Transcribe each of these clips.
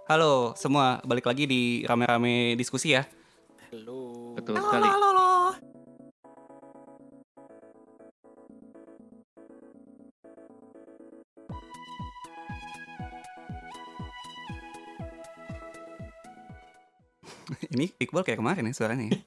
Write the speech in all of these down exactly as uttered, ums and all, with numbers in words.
Halo semua, balik lagi di rame-rame diskusi ya. Halo. Betul sekali. Halo, halo, halo. Ini Iqbal kayak kemarin ya suaranya. ya.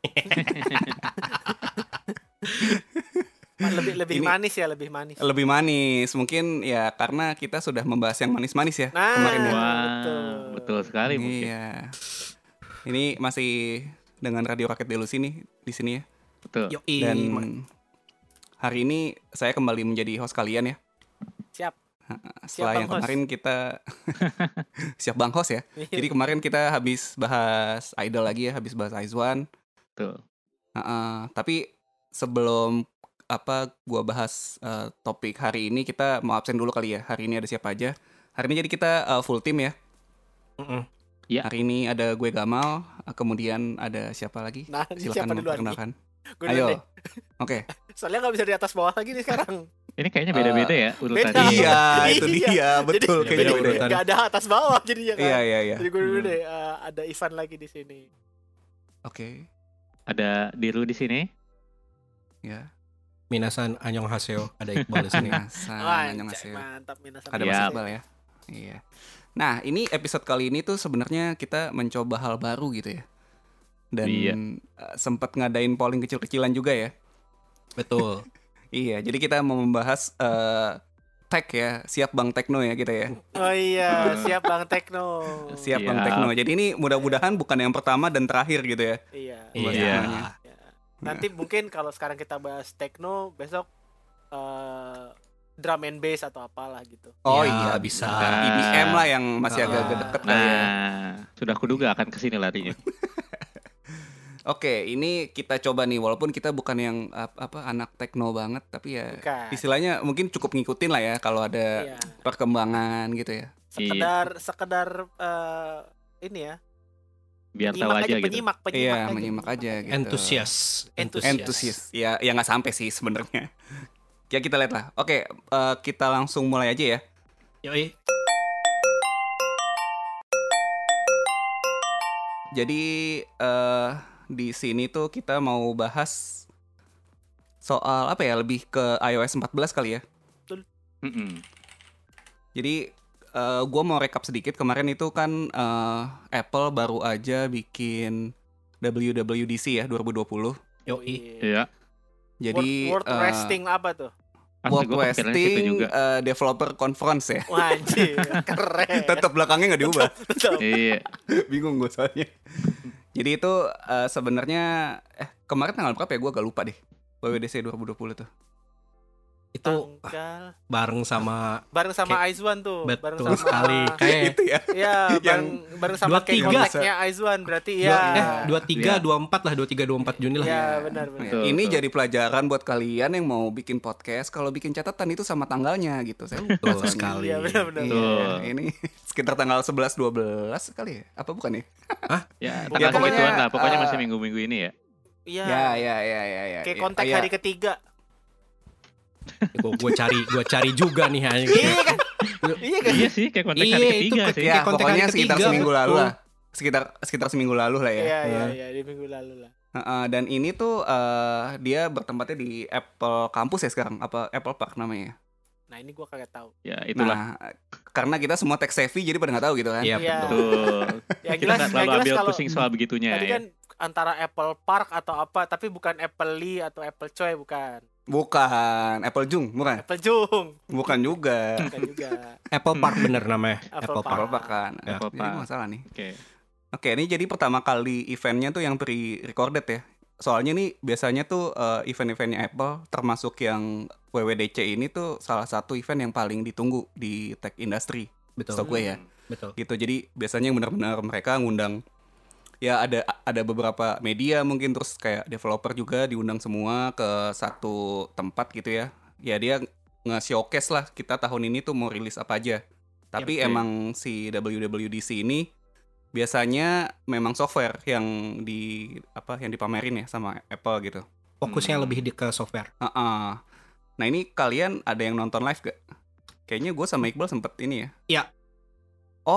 Lebih lebih Ini- manis ya, lebih manis. Lebih manis, mungkin ya karena kita sudah membahas yang manis-manis ya Nah, kemarin ya. Wah, betul. betul sekali mungkin. Iya. Ini masih dengan Radio Rakyat Delusi nih di sini ya. Betul. Yoi. Dan hari ini saya kembali menjadi host kalian ya. Siap. Setelah Bang yang Host. kemarin kita siap bang host ya. Jadi kemarin kita habis bahas Idol lagi ya, habis bahas Aizwan. Betul. Heeh, tapi sebelum apa gua bahas eh, topik hari ini, kita mau absen dulu kali ya. Hari ini ada siapa aja? Hari ini jadi kita eh, full team ya. Mm-mm. Ya. Hari ini ada gue Gamal, eh, kemudian ada siapa lagi? Nah, ini Silakan siapa duluan nih? memperkenalkan. Gue dulu Ayo. deh. Oke. Soalnya nggak bisa di atas bawah lagi nih sekarang. Ini kayaknya beda-beda ya urutannya. beda. Iya, Iya. itu dia, betul Jadi- kayaknya beda beda. urutan. Gak ada atas bawah jadinya kan. Iya, iya, iya. Jadi gue dulu Hmm. deh. eh, ada Ivan lagi di sini. Oke. Ada Diru di sini. Ya. Minasan annyeonghaseyo, ada Iqbal di sini. Minasan, Wah, annyeonghaseyo. mantap Minasan. Ada Iya. Mas Iqbal ya. Iya. Nah, ini episode kali ini tuh sebenarnya kita mencoba hal baru gitu ya. Dan Iya. eh, sempat ngadain polling kecil-kecilan juga ya. Betul. Iya, jadi kita mau membahas eh tech ya, siap Bang Tekno ya kita ya. Oh iya, siap Bang Tekno. Siap Bang Siap. Tekno. Jadi ini mudah-mudahan bukan yang pertama dan terakhir gitu ya. Iya. Buat Iya. semuanya. Ya. Nanti mungkin kalau sekarang kita bahas techno, besok eh, drum and bass atau apalah gitu. Oh iya, Ya, bisa. E D M lah yang masih Ah. agak deket lah ya. Nah, sudah kuduga akan kesini larinya. Oke, ini kita coba nih, walaupun kita bukan yang ap- apa anak tekno banget, tapi ya Bukan. istilahnya mungkin cukup ngikutin lah ya kalau ada Iya. perkembangan gitu ya. Sekedar sekedar eh, ini ya. Biar tahu Penyimak aja aja, gitu. penyimak, penyimak Iya, aja. menyimak aja gitu. Entusias. Entusias. Entusias. Ya, ya nggak sampai sih sebenarnya. Ya kita lihat lah. Oke, eh, kita langsung mulai aja ya. Yoi. Jadi eh di sini tuh kita mau bahas soal apa ya, lebih ke i O S empat belas kali ya. Mm-mm. Jadi eh gue mau rekap sedikit. Kemarin itu kan eh, Apple baru aja bikin W W D C ya dua ribu dua puluh. Yoi. Iya. Jadi World, World eh, Wrestling apa tuh? Ah, World gua kepikiran situ Wrestling juga. eh, Developer Conference ya. Wah, anjir, keren. Tetap belakangnya nggak diubah. Betul. Iya. Bingung gue soalnya. Jadi itu eh, sebenarnya eh kemarin tanggal berapa ya? Gue agak lupa deh. W W D C dua ribu dua puluh tuh. Itu Tanggal bareng sama bareng sama Aizwan tuh, bareng betul sama sekali. Kayak Itu ya. Iya, bareng bareng sama dua kayak tiga. kontaknya Aizwan berarti dua, ya. eh dua tiga Iya. dua empat lah, dua tiga dua empat Juni lah. Iya, benar benar. Betul, Ini betul. jadi pelajaran buat kalian yang mau bikin podcast. Kalau bikin catatan itu sama tanggalnya gitu. Saya lupa Betul soalnya. sekali. Iya, benar benar. Iya, Betul. ini sekitar tanggal sebelas dua belas kali ya? Apa bukan ya? Ya, Pokoknya, tanggal segituan lah. Pokoknya eh, masih minggu-minggu ini ya. Iya. Ya, ya, ya, ya, ya. Kayak ya. kontak Oh, ya. hari ketiga. Gue gue cari gue cari juga nih hanya. Iya kan? Iya kan? Iya sih, kayak kontak Iya, hari itu ketiga ke- sih. Ya, kayak kontak pokoknya hari sekitar ketiga, seminggu lalu betul. lah. Sekitar sekitar seminggu lalu lah ya. Iya, iya, iya, di minggu lalu lah. Heeh, dan ini tuh eh, dia bertempatnya di Apple Campus ya sekarang, apa Apple Park namanya. Nah, ini gua kagak tahu. Ya, itulah. Nah, karena kita semua tech savvy jadi pada nggak tahu gitu kan. Iya, Iya. betul. Betul. Ya Kita jelas, nggak ya terlalu jelas ambil kalau pusing soal begitunya tadi ya. kan antara Apple Park atau apa, tapi bukan Apple Lee atau Apple Choi, bukan. Bukan Apple Jung, bukan. Apple Jung, Bukan juga. bukan juga. Apple Park bener namanya. Apple Apple Park. Park. Apple Park kan. Ya. Apple Jadi Park. nggak salah nih. Oke. Oke, ini jadi pertama kali eventnya tuh yang pre-recorded ya. Soalnya nih biasanya tuh eh, event-eventnya Apple termasuk yang W W D C ini tuh salah satu event yang paling ditunggu di tech industry. Betul. Setahu gue ya. Betul. Gitu. Jadi biasanya yang benar-benar mereka ngundang ya ada ada beberapa media mungkin, terus kayak developer juga diundang semua ke satu tempat gitu ya. Ya dia nge-showcase lah kita tahun ini tuh mau rilis apa aja. Tapi Oke. emang si W W D C ini biasanya memang software yang di apa yang dipamerin ya sama Apple gitu. Fokusnya Hmm. lebih di ke software. Heeh. Nah ini kalian ada yang nonton live gak? Kayaknya gue sama Iqbal sempet ini ya. Iya. Oh,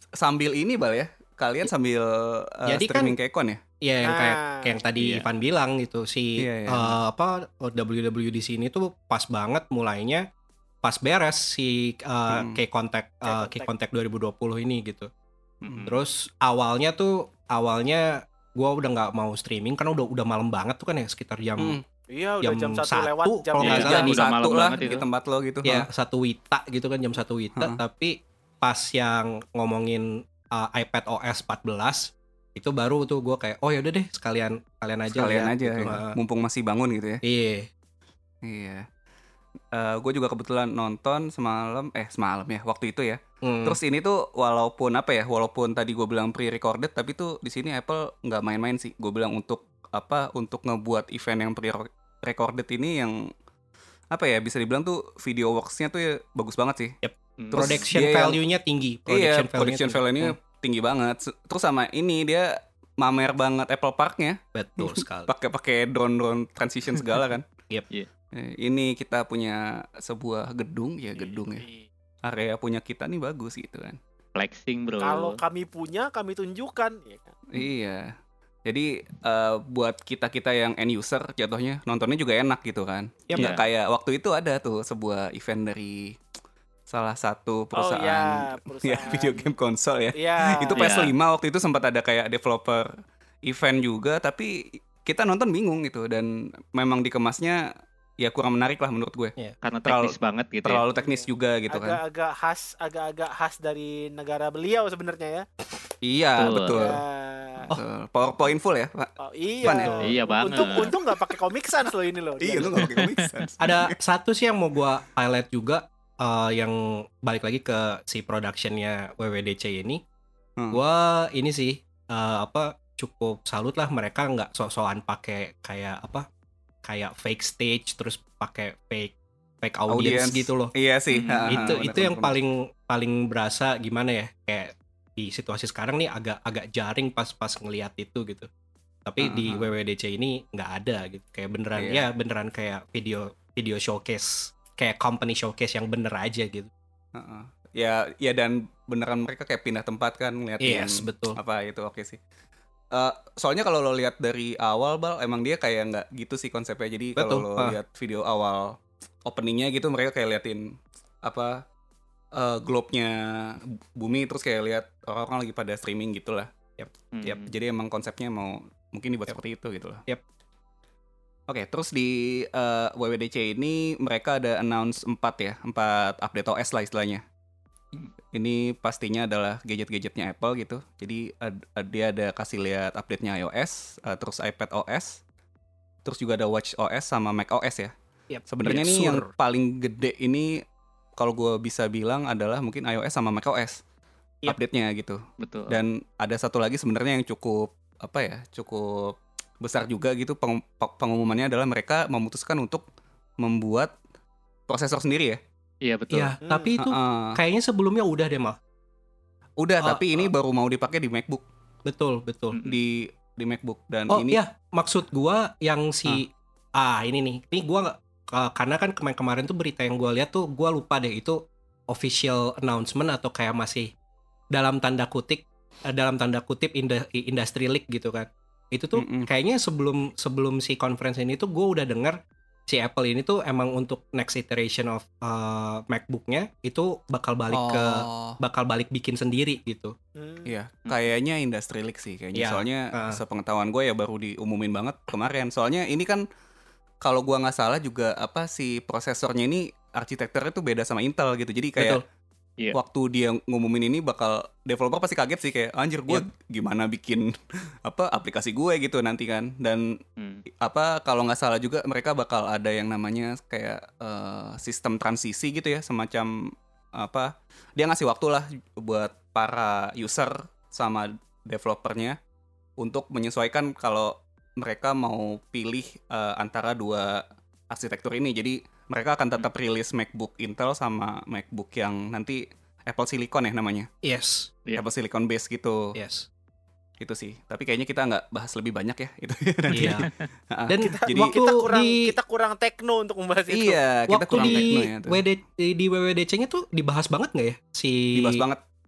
sambil ini Bal ya. Kalian sambil uh, Jadi kan- streaming kayak kon ya? Ya yang kayak Ah, kayak yang tadi iya. Ivan bilang gitu si Iya, iya. eh, apa W W D C ini tuh pas banget mulainya pas beres si uh, Hmm. K-Contact uh, K-Contact. K-Contact dua ribu dua puluh ini gitu. Mm-mm. Terus awalnya tuh awalnya gua udah nggak mau streaming karena udah udah malam banget tuh kan ya sekitar jam Hmm. Iya, udah jam jam satu satu, lewat jam kalau nggak tiga. salah jam nih. Udah satu malam lah banget di itu. tempat lo gitu. ya Hah. satu wita gitu kan jam satu wita Heeh. tapi pas yang ngomongin uh, iPad O S empat belas itu baru tuh gua kayak oh yaudah deh sekalian kalian aja Sekalian lihat aja gitu. ya. Heeh. Mumpung masih bangun gitu ya. Iya. Iya. Gue juga kebetulan nonton semalam, eh semalam ya waktu itu ya. Hmm. Terus ini tuh walaupun apa ya, walaupun tadi gue bilang pre-recorded, tapi tuh di sini Apple nggak main-main sih. Gue bilang untuk apa, untuk ngebuat event yang pre-recorded ini yang apa ya, bisa dibilang tuh video works-nya tuh ya bagus banget sih. Hmm. Terus production dia yang- value-nya tinggi. Iya, value-nya production tinggi. value-nya Hmm, tinggi banget. Se- Terus sama ini dia mamer banget Apple Park-nya, betul sekali. pakai pakai drone-drone transition segala kan. Yep. Iya. Eh, Ini kita punya sebuah gedung ya, gedung ya. Area punya kita nih bagus gitu kan. Flexing bro. Kalau kami punya, kami tunjukkan, ya kan? Iya. Jadi eh, buat kita-kita yang end user jatuhnya nontonnya juga enak gitu kan. Yap. Nggak Iya. kayak waktu itu ada tuh sebuah event dari salah satu Oh perusahaan ya, ya perusahaan. video game konsol ya. Iya. Itu P S lima waktu itu sempat ada kayak developer event juga, tapi kita nonton bingung gitu dan memang dikemasnya ya kurang menarik lah menurut gue. Karena terlalu- teknis banget gitu ya. Terlalu teknis juga gitu kan. agak-agak khas, agak-agak khas dari negara beliau sebenarnya ya. Iya, Betul. betul. Ya. Betul. PowerPoint full ya, Pak. Oh, iya. Fun ya? Iya banget. Untung untung nggak pakai Comic Sans loh ini loh. Iya, lu enggak pakai Comic Sans. Ada satu sih yang mau gua highlight juga eh, yang balik lagi ke si productionnya W W D C ini. Hmm. Gua ini sih eh, apa cukup salut lah mereka nggak sok-sokan pakai kayak apa kayak fake stage terus pakai fake fake audience, Audience. gitu loh. Iya sih. Hmm, Ha, ha, itu benar, itu yang benar, paling paling berasa gimana ya kayak di situasi sekarang nih agak agak jaring pas pas ngelihat itu gitu. Tapi Ah, di ah. W W D C ini nggak ada gitu kayak beneran Iya. ya beneran kayak video video showcase kayak company showcase yang bener aja gitu. Ha, ha. Ya, ya dan beneran mereka kayak pindah tempat kan ngeliatin Yes, betul. apa itu oke sih. Eh, soalnya kalau lo lihat dari awal Bal, emang dia kayak nggak gitu sih konsepnya. Jadi kalau Betul, lo ah. lihat video awal openingnya gitu, mereka kayak liatin apa eh, globe-nya bumi, terus kayak lihat orang-orang lagi pada streaming gitulah. Hmm. Yap, jadi emang konsepnya mau mungkin dibuat seperti itu gitu loh. Yap. Oke, terus di eh, W W D C ini mereka ada announce empat ya, empat update O S lah istilahnya. Ini pastinya adalah gadget-gadgetnya Apple gitu. Jadi ad- ad- dia ada kasih lihat update-nya iOS, eh, terus iPad O S, terus juga ada Watch O S sama Mac O S ya. Yap. Sebenarnya Yep, nih yang sure. paling gede ini kalau gue bisa bilang adalah mungkin iOS sama Mac O S Yep. update-nya gitu. Betul. Dan ada satu lagi sebenarnya yang cukup apa ya, cukup besar juga gitu. Peng- pe- pengumumannya adalah mereka memutuskan untuk membuat prosesor sendiri ya. Iya betul. Iya, Hmm. tapi itu Heeh. kayaknya sebelumnya udah deh mal. Udah, Oh, tapi ini oh. baru mau dipakai di MacBook, Betul betul. Mm-mm. di di MacBook dan Oh ini iya, maksud gua yang si ah, ini nih, ini gua nggak uh, karena kan kemarin kemarin tuh berita yang gua lihat tuh gua lupa deh itu official announcement atau kayak masih dalam tanda kutip eh, dalam tanda kutip inda- industry leak gitu kan. Itu tuh Mm-mm. kayaknya sebelum sebelum si conference ini tuh gua udah denger si Apple ini tuh emang untuk next iteration of uh, MacBook-nya itu bakal balik ke Oh, bakal balik bikin sendiri gitu. Hmm. iya, kayaknya industry leak sih kayaknya. Iya, Soalnya uh. sepengetahuan gue ya baru diumumin banget kemarin. Soalnya ini kan kalau gua nggak salah juga apa si prosesornya ini arsitekturnya tuh beda sama Intel gitu. Jadi kayak Betul. Iya. waktu dia ngumumin ini bakal developer pasti kaget sih kayak anjir gue gimana bikin apa aplikasi gue gitu nanti kan. Dan Hmm. apa kalau nggak salah juga mereka bakal ada yang namanya kayak eh, sistem transisi gitu ya, semacam apa dia ngasih waktu lah buat para user sama developernya untuk menyesuaikan kalau mereka mau pilih eh, antara dua arsitektur ini. Jadi mereka akan tetap rilis MacBook Intel sama MacBook yang nanti Apple Silicon ya namanya, Yes, Iya. Apple Silicon base gitu. yes. Itu sih. Tapi kayaknya kita nggak bahas lebih banyak ya itu nanti. Iya. Ha-ha. Dan Kita, Jadi- waktu kita kurang di kita kurang tekno untuk membahas itu. Iya, kita waktu kurang di tekno ya tuh. W D, di W W D C-nya tuh dibahas banget nggak ya si Dibahas banget.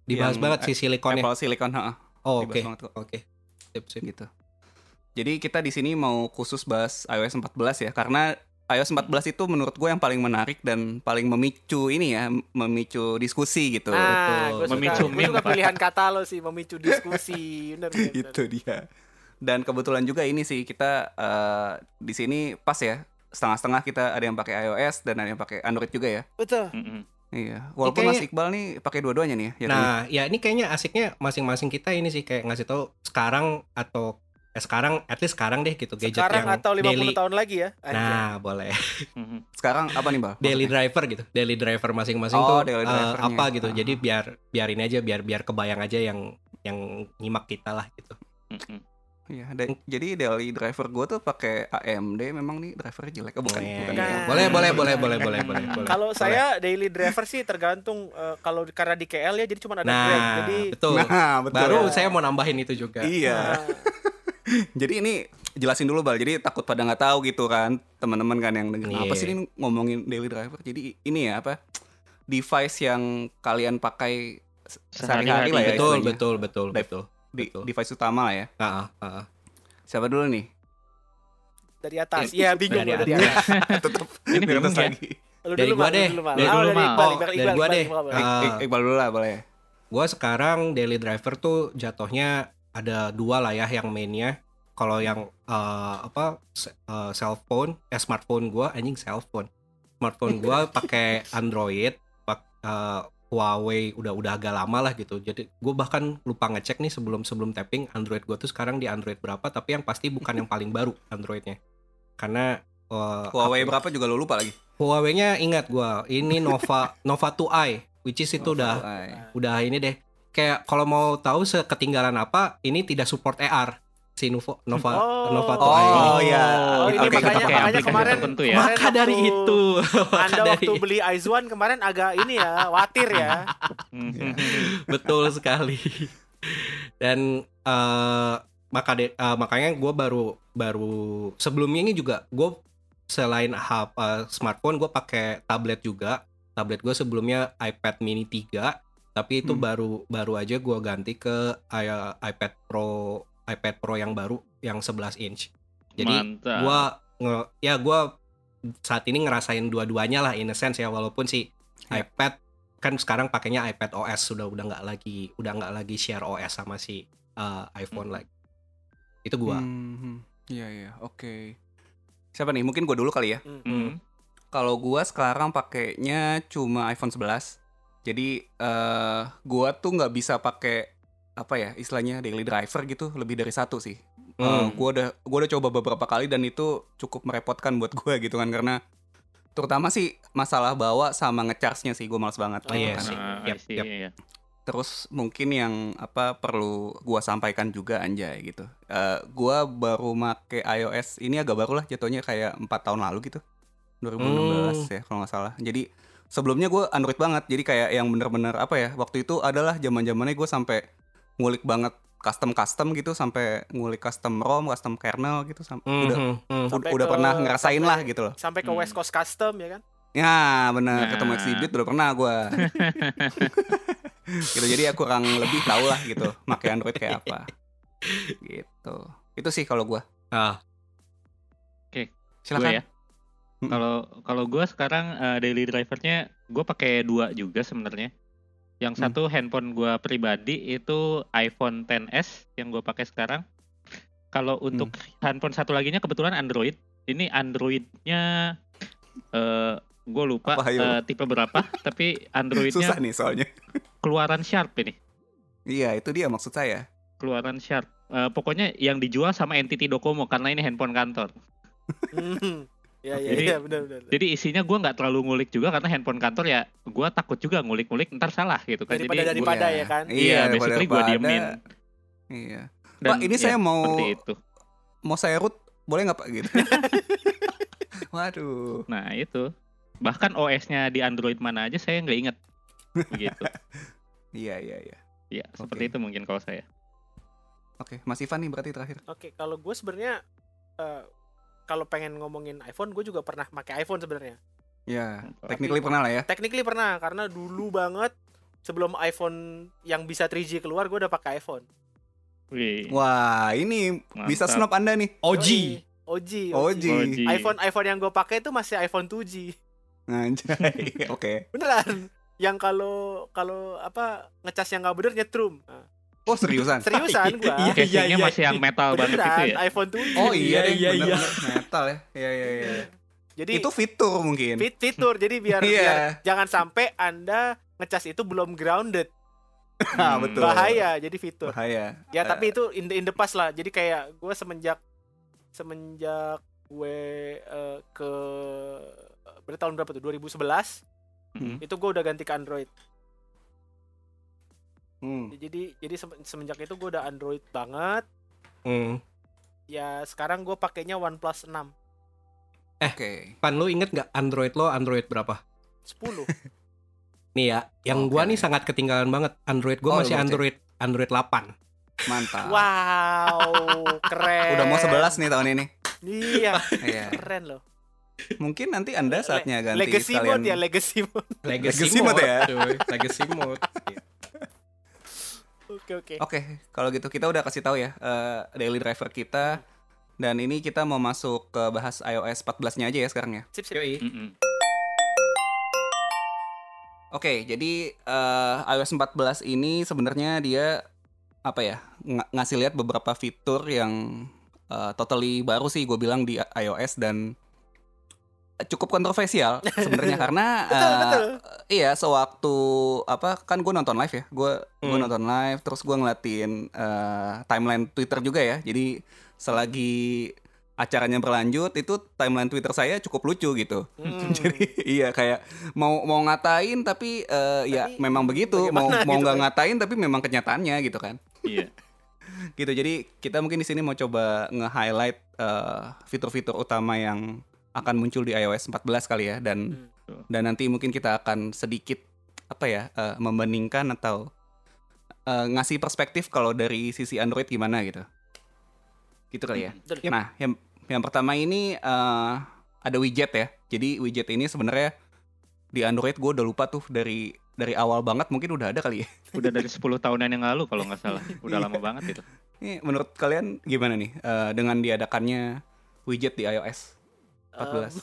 Dibahas Yang, banget eh, sih silikonnya. Apple Silicon, heeh, Oh, dibahas oke. banget kok. Oke. Sip, sip. Gitu. Jadi kita di sini mau khusus bahas iOS empat belas ya, karena iOS empat belas itu menurut gue yang paling menarik dan paling memicu ini ya, memicu diskusi gitu. Nah, gue suka, Memicu gue meme, suka Pak. pilihan kata lo sih, memicu diskusi. Bener, bener, bener. Itu dia. Dan kebetulan juga ini sih kita eh, di sini pas ya, setengah-setengah, kita ada yang pakai iOS dan ada yang pakai Android juga ya. Betul. Mm-mm. Iya. Walaupun kayaknya- Mas Iqbal nih pakai dua-duanya nih ya. jatuhnya. Nah, ya ini kayaknya asiknya masing-masing kita ini sih kayak ngasih tahu sekarang atau eh, sekarang, at least sekarang deh gitu gadget Sekarang yang atau lima puluh daily. tahun lagi ya. Anjay. Nah, boleh. Mhm. Sekarang apa nih, Bang? Daily Maksudnya? driver gitu. Daily driver masing-masing Oh, tuh daily eh, drivernya. apa gitu. Ah. Jadi biar biarin aja biar biar kebayang aja yang yang nyimak kita lah gitu. Mm-mm. Iya, da- jadi daily driver gue tuh pakai A M D, memang nih drivernya jelek. Oh, bukan, Oh, iya, bukan. iya. Nah. Boleh, boleh, boleh, boleh, boleh, boleh, boleh. Kalau Boleh. saya daily driver sih tergantung eh, kalau karena di K L ya, jadi cuma ada Nah, Grab. Jadi betul. Nah, betul. Baru saya mau nambahin itu juga. Iya. nah, Jadi ini jelasin dulu, Bal. Jadi takut pada nggak tahu gitu kan, teman-teman kan yang denger. Iya. Apa sih ini ngomongin daily driver? Jadi ini ya apa? Device yang kalian pakai se- sehari-hari lah ya. Betul, istilahnya. betul, betul, Dev- betul. Di- betul. device utama lah ya. Heeh, heeh. Siapa dulu nih? dari atas. Iya, bingung Dari gua dari atas. atas. Tetap Ini di bingung atas ya? lagi. Lu Dari dulu, gua Mal, lu deh. dulu, Mal. Dari Ah, dulu, dari Mal. Iqbal, Oh, Iqbal, dari Iqbal, gua Iqbal, deh. Iqbal, Iqbal. Ah. Ik- Iqbal dulu lah, boleh. Gua sekarang daily driver tuh jatuhnya ada dua lah ya yang mainnya. Kalau yang eh, apa se- eh, cell phone, eh smartphone gua anjing cell phone. Smartphone gua pakai Android, pak eh, Huawei udah udah agak lama lah gitu. Jadi gua bahkan lupa ngecek nih sebelum sebelum tapping Android gua tuh sekarang di Android berapa, tapi yang pasti bukan yang paling baru Androidnya. Karena eh, Huawei apa- berapa juga lo lupa lagi. Huawei-nya ingat gua, ini Nova Nova two i, which is itu udah Huawei. udah ini deh. Kayak kalau mau tahu seketinggalan apa, ini tidak support A R si Nova Nova Oh. Nova two i ini. Oh iya. Oh, ini Oke, makanya oke. makanya aplikasi kemarin tertentu ya. kemarin Maka dari waktu itu, maka Anda dari waktu beli Aizwan kemarin agak ini ya, khawatir ya. Mhm. betul sekali. Dan eh, maka de- eh, makanya gue baru baru sebelumnya ini juga gue selain H P, eh, smartphone gue pakai tablet juga. Tablet gue sebelumnya iPad mini tiga, tapi itu Hmm. baru baru aja gue ganti ke i- iPad Pro iPad Pro yang baru yang eleven inch. Jadi Mantap. gua nge- ya gua saat ini ngerasain dua-duanya lah in a sense ya, walaupun si Ya. iPad kan sekarang pakainya iPad O S, sudah udah nggak lagi udah nggak lagi share O S sama si uh, iPhone Hmm. lagi. Itu gua. Hmm, iya iya, oke. Siapa nih? Mungkin gue dulu kali ya. Mhm. Kalau gua sekarang pakainya cuma iPhone eleven. Jadi eh gua tuh nggak bisa pakai apa ya istilahnya daily driver gitu lebih dari satu sih. Eh, Hmm. gua udah gua udah coba beberapa kali dan itu cukup merepotkan buat gua gitu kan, karena terutama sih masalah bawa sama ngecharge-nya sih, gua males banget. Oh, iya Kan. sih. Nah, I Yap, see, yap. iya. Terus mungkin yang apa perlu gua sampaikan juga anjay gitu. Eh gua baru make iOS ini agak baru lah jatuhnya, kayak empat tahun lalu gitu. dua ribu enam belas Hmm. ya kalau nggak salah. Jadi sebelumnya gua Android banget. Jadi kayak yang bener-bener apa ya, waktu itu adalah zaman-zamannya gue sampai ngulik banget custom-custom gitu, sampai ngulik custom ROM, custom kernel gitu, sam- udah Mhm, mhm. ud- Sampai udah ke- pernah ngerasain sampai- lah gitu loh. Sampai ke Hmm. West Coast Custom ya kan? Ya bener, Nah. ketemu Exhibit udah pernah gua. Gitu, jadi ya kurang lebih tau lah gitu pakai Android kayak apa gitu. Itu sih kalau gua. Ah, Gue Silakan. ya. Kalau kalau gue sekarang eh, daily drivernya gue pakai dua juga sebenarnya. Yang Hmm. satu handphone gue pribadi itu iPhone X S yang gue pakai sekarang. Kalau untuk handphone satu laginya kebetulan Android. Ini Androidnya eh gue lupa Apa, ayo? eh, tipe berapa, tapi Susah Androidnya nih soalnya. keluaran Sharp ini. Iya, itu dia maksud saya. Keluaran Sharp. Eh, pokoknya yang dijual sama N T T Docomo karena ini handphone kantor. Hmm. Ya ya Jadi- ya benar benar. Jadi isinya gue nggak terlalu ngulik juga karena handphone kantor ya gue takut juga ngulik-ngulik ntar salah gitu kan. Daripada Jadi daripada Iya. ya kan? Iya, Iya, basically daripada- gua diemin. Iya. dan Pak, ini ya, saya mau seperti itu. mau saya root boleh nggak Pak gitu? Waduh. Nah itu bahkan O S-nya di Android mana aja saya nggak inget begitu. Iya iya iya. Ya seperti Oke. itu mungkin kalau saya. Oke, Mas Ivan nih berarti terakhir. Oke, kalau gue sebenarnya eh, kalau pengen ngomongin iPhone, gue juga pernah pakai iPhone sebenarnya. Ya, Tapi- technically pernah lah ya. Technically pernah karena dulu banget sebelum iPhone yang bisa tiga G keluar, gue udah pakai iPhone. Wih. Wah, ini Mantap. bisa snap Anda nih. O G. Yoi. O G, O O G. G. O G. iPhone iPhone yang gue pakai itu masih iPhone dua G. Anjay. Oke. Beneran. Yang kalau kalau apa ngecas yang nggak bener nyetrum. Nah, Oh, seriusan? seriusan gua. Iya, Casingnya iya, masih yang metal banget itu Beneran ya. iPhone dua G. Oh iya, deh, Iya, iya, bener-bener metal ya. Iya iya iya. Jadi Itu fitur mungkin. fit fitur jadi biar, Iya. biar jangan sampai Anda ngecas itu belum grounded. Ah, Hmm. betul. Bahaya jadi fitur. Bahaya. Ya Eh, tapi itu in the, in the past lah. Jadi kayak gue semenjak semenjak gue eh, ke berarti tahun berapa tuh? dua ribu sebelas Hmm. itu gue udah ganti ke Android. hmm. Jadi jadi sem- semenjak itu gue udah Android banget. Hmm. Ya sekarang gue pakainya OnePlus enam Oke. Pan, lu inget nggak Android lo Android berapa? sepuluh. Nih ya, yang Oke. gua nih sangat ketinggalan banget. Android gua Oh, masih lu cek. Android Android delapan. Mantap. Wow, keren. Udah mau sebelas nih tahun ini. Iya, Iya. keren loh. Mungkin nanti Anda saatnya ganti Legacy sekalian. mode ya, legacy mode. Legacy mode ya? cuy. Legacy mode. Iya. Oke oke. Oke, kalau gitu kita udah kasih tahu ya eh, daily driver kita, dan ini kita mau masuk ke bahas iOS empat belas-nya aja ya sekarang ya. Sip sip. Yoi. Mm-mm. Oke, jadi eh, iOS empat belas ini sebenarnya dia apa ya, ng- ngasih lihat beberapa fitur yang eh, totally baru sih gue bilang di iOS, dan cukup kontroversial sebenarnya karena Betul, eh, betul. iya, sewaktu apa kan gue nonton live ya, gue gue Hmm. nonton live terus gue ngeliatin eh, timeline Twitter juga ya, jadi selagi acaranya berlanjut itu timeline Twitter saya cukup lucu gitu. Hmm. Jadi iya kayak mau mau ngatain tapi eh, ya Tapi memang begitu, mau bagaimana mau gitu nggak kan? ngatain tapi memang kenyataannya gitu kan. Iya. Gitu. Jadi kita mungkin di sini mau coba nge-highlight eh, fitur-fitur utama yang akan muncul di iOS empat belas kali ya, dan Hmm. dan nanti mungkin kita akan sedikit apa ya eh, membandingkan atau eh, ngasih perspektif kalau dari sisi Android gimana gitu. Gitu kali ya. Betul. Nah, yang yang pertama ini eh, ada widget ya. Jadi widget ini sebenarnya di Android gue udah lupa tuh dari dari awal banget, mungkin udah ada kali ya. Udah dari sepuluh tahunan yang lalu kalau nggak salah. Udah Iya. lama banget itu. Ini menurut kalian gimana nih eh, dengan diadakannya widget di iOS empat belas?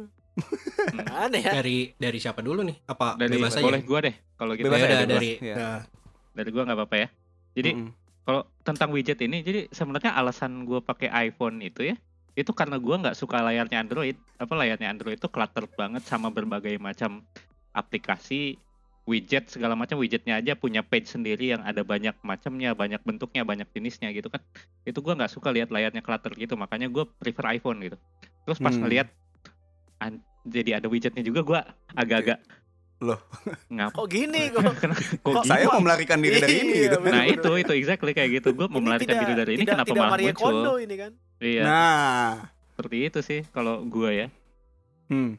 Um, Mana ya? Dari dari siapa dulu nih? Apa Dari bebas aja? boleh gua deh kalau gitu. Bebas Ya ya. aja, udah bebas. dari. Iya. Nah, Dari gua nggak apa-apa ya. Jadi Mm-mm. kalau tentang widget ini, jadi sebenarnya alasan gue pakai iPhone itu ya, itu karena gue nggak suka layarnya Android. Apa layarnya Android itu clutter banget sama berbagai macam aplikasi, widget segala macam. Widgetnya aja punya page sendiri yang ada banyak macamnya, banyak bentuknya, banyak jenisnya gitu kan. Itu gue nggak suka lihat layarnya clutter gitu. Makanya gue prefer iPhone gitu. Terus pas Hmm. ngelihat an- jadi ada widgetnya juga, gue agak-agak Loh. ngapa? Kok gini kok? Kenapa- kok Kok gini? Saya mau melarikan diri dari ini Iya, gitu. bener. Nah itu itu exactly kayak gitu. Gue mau Ini melarikan tidak- diri dari ini, tidak- kenapa tidak malah Marie muncul? Kondo ini kan? Iya, Nah, seperti itu sih kalau gue ya. hmm.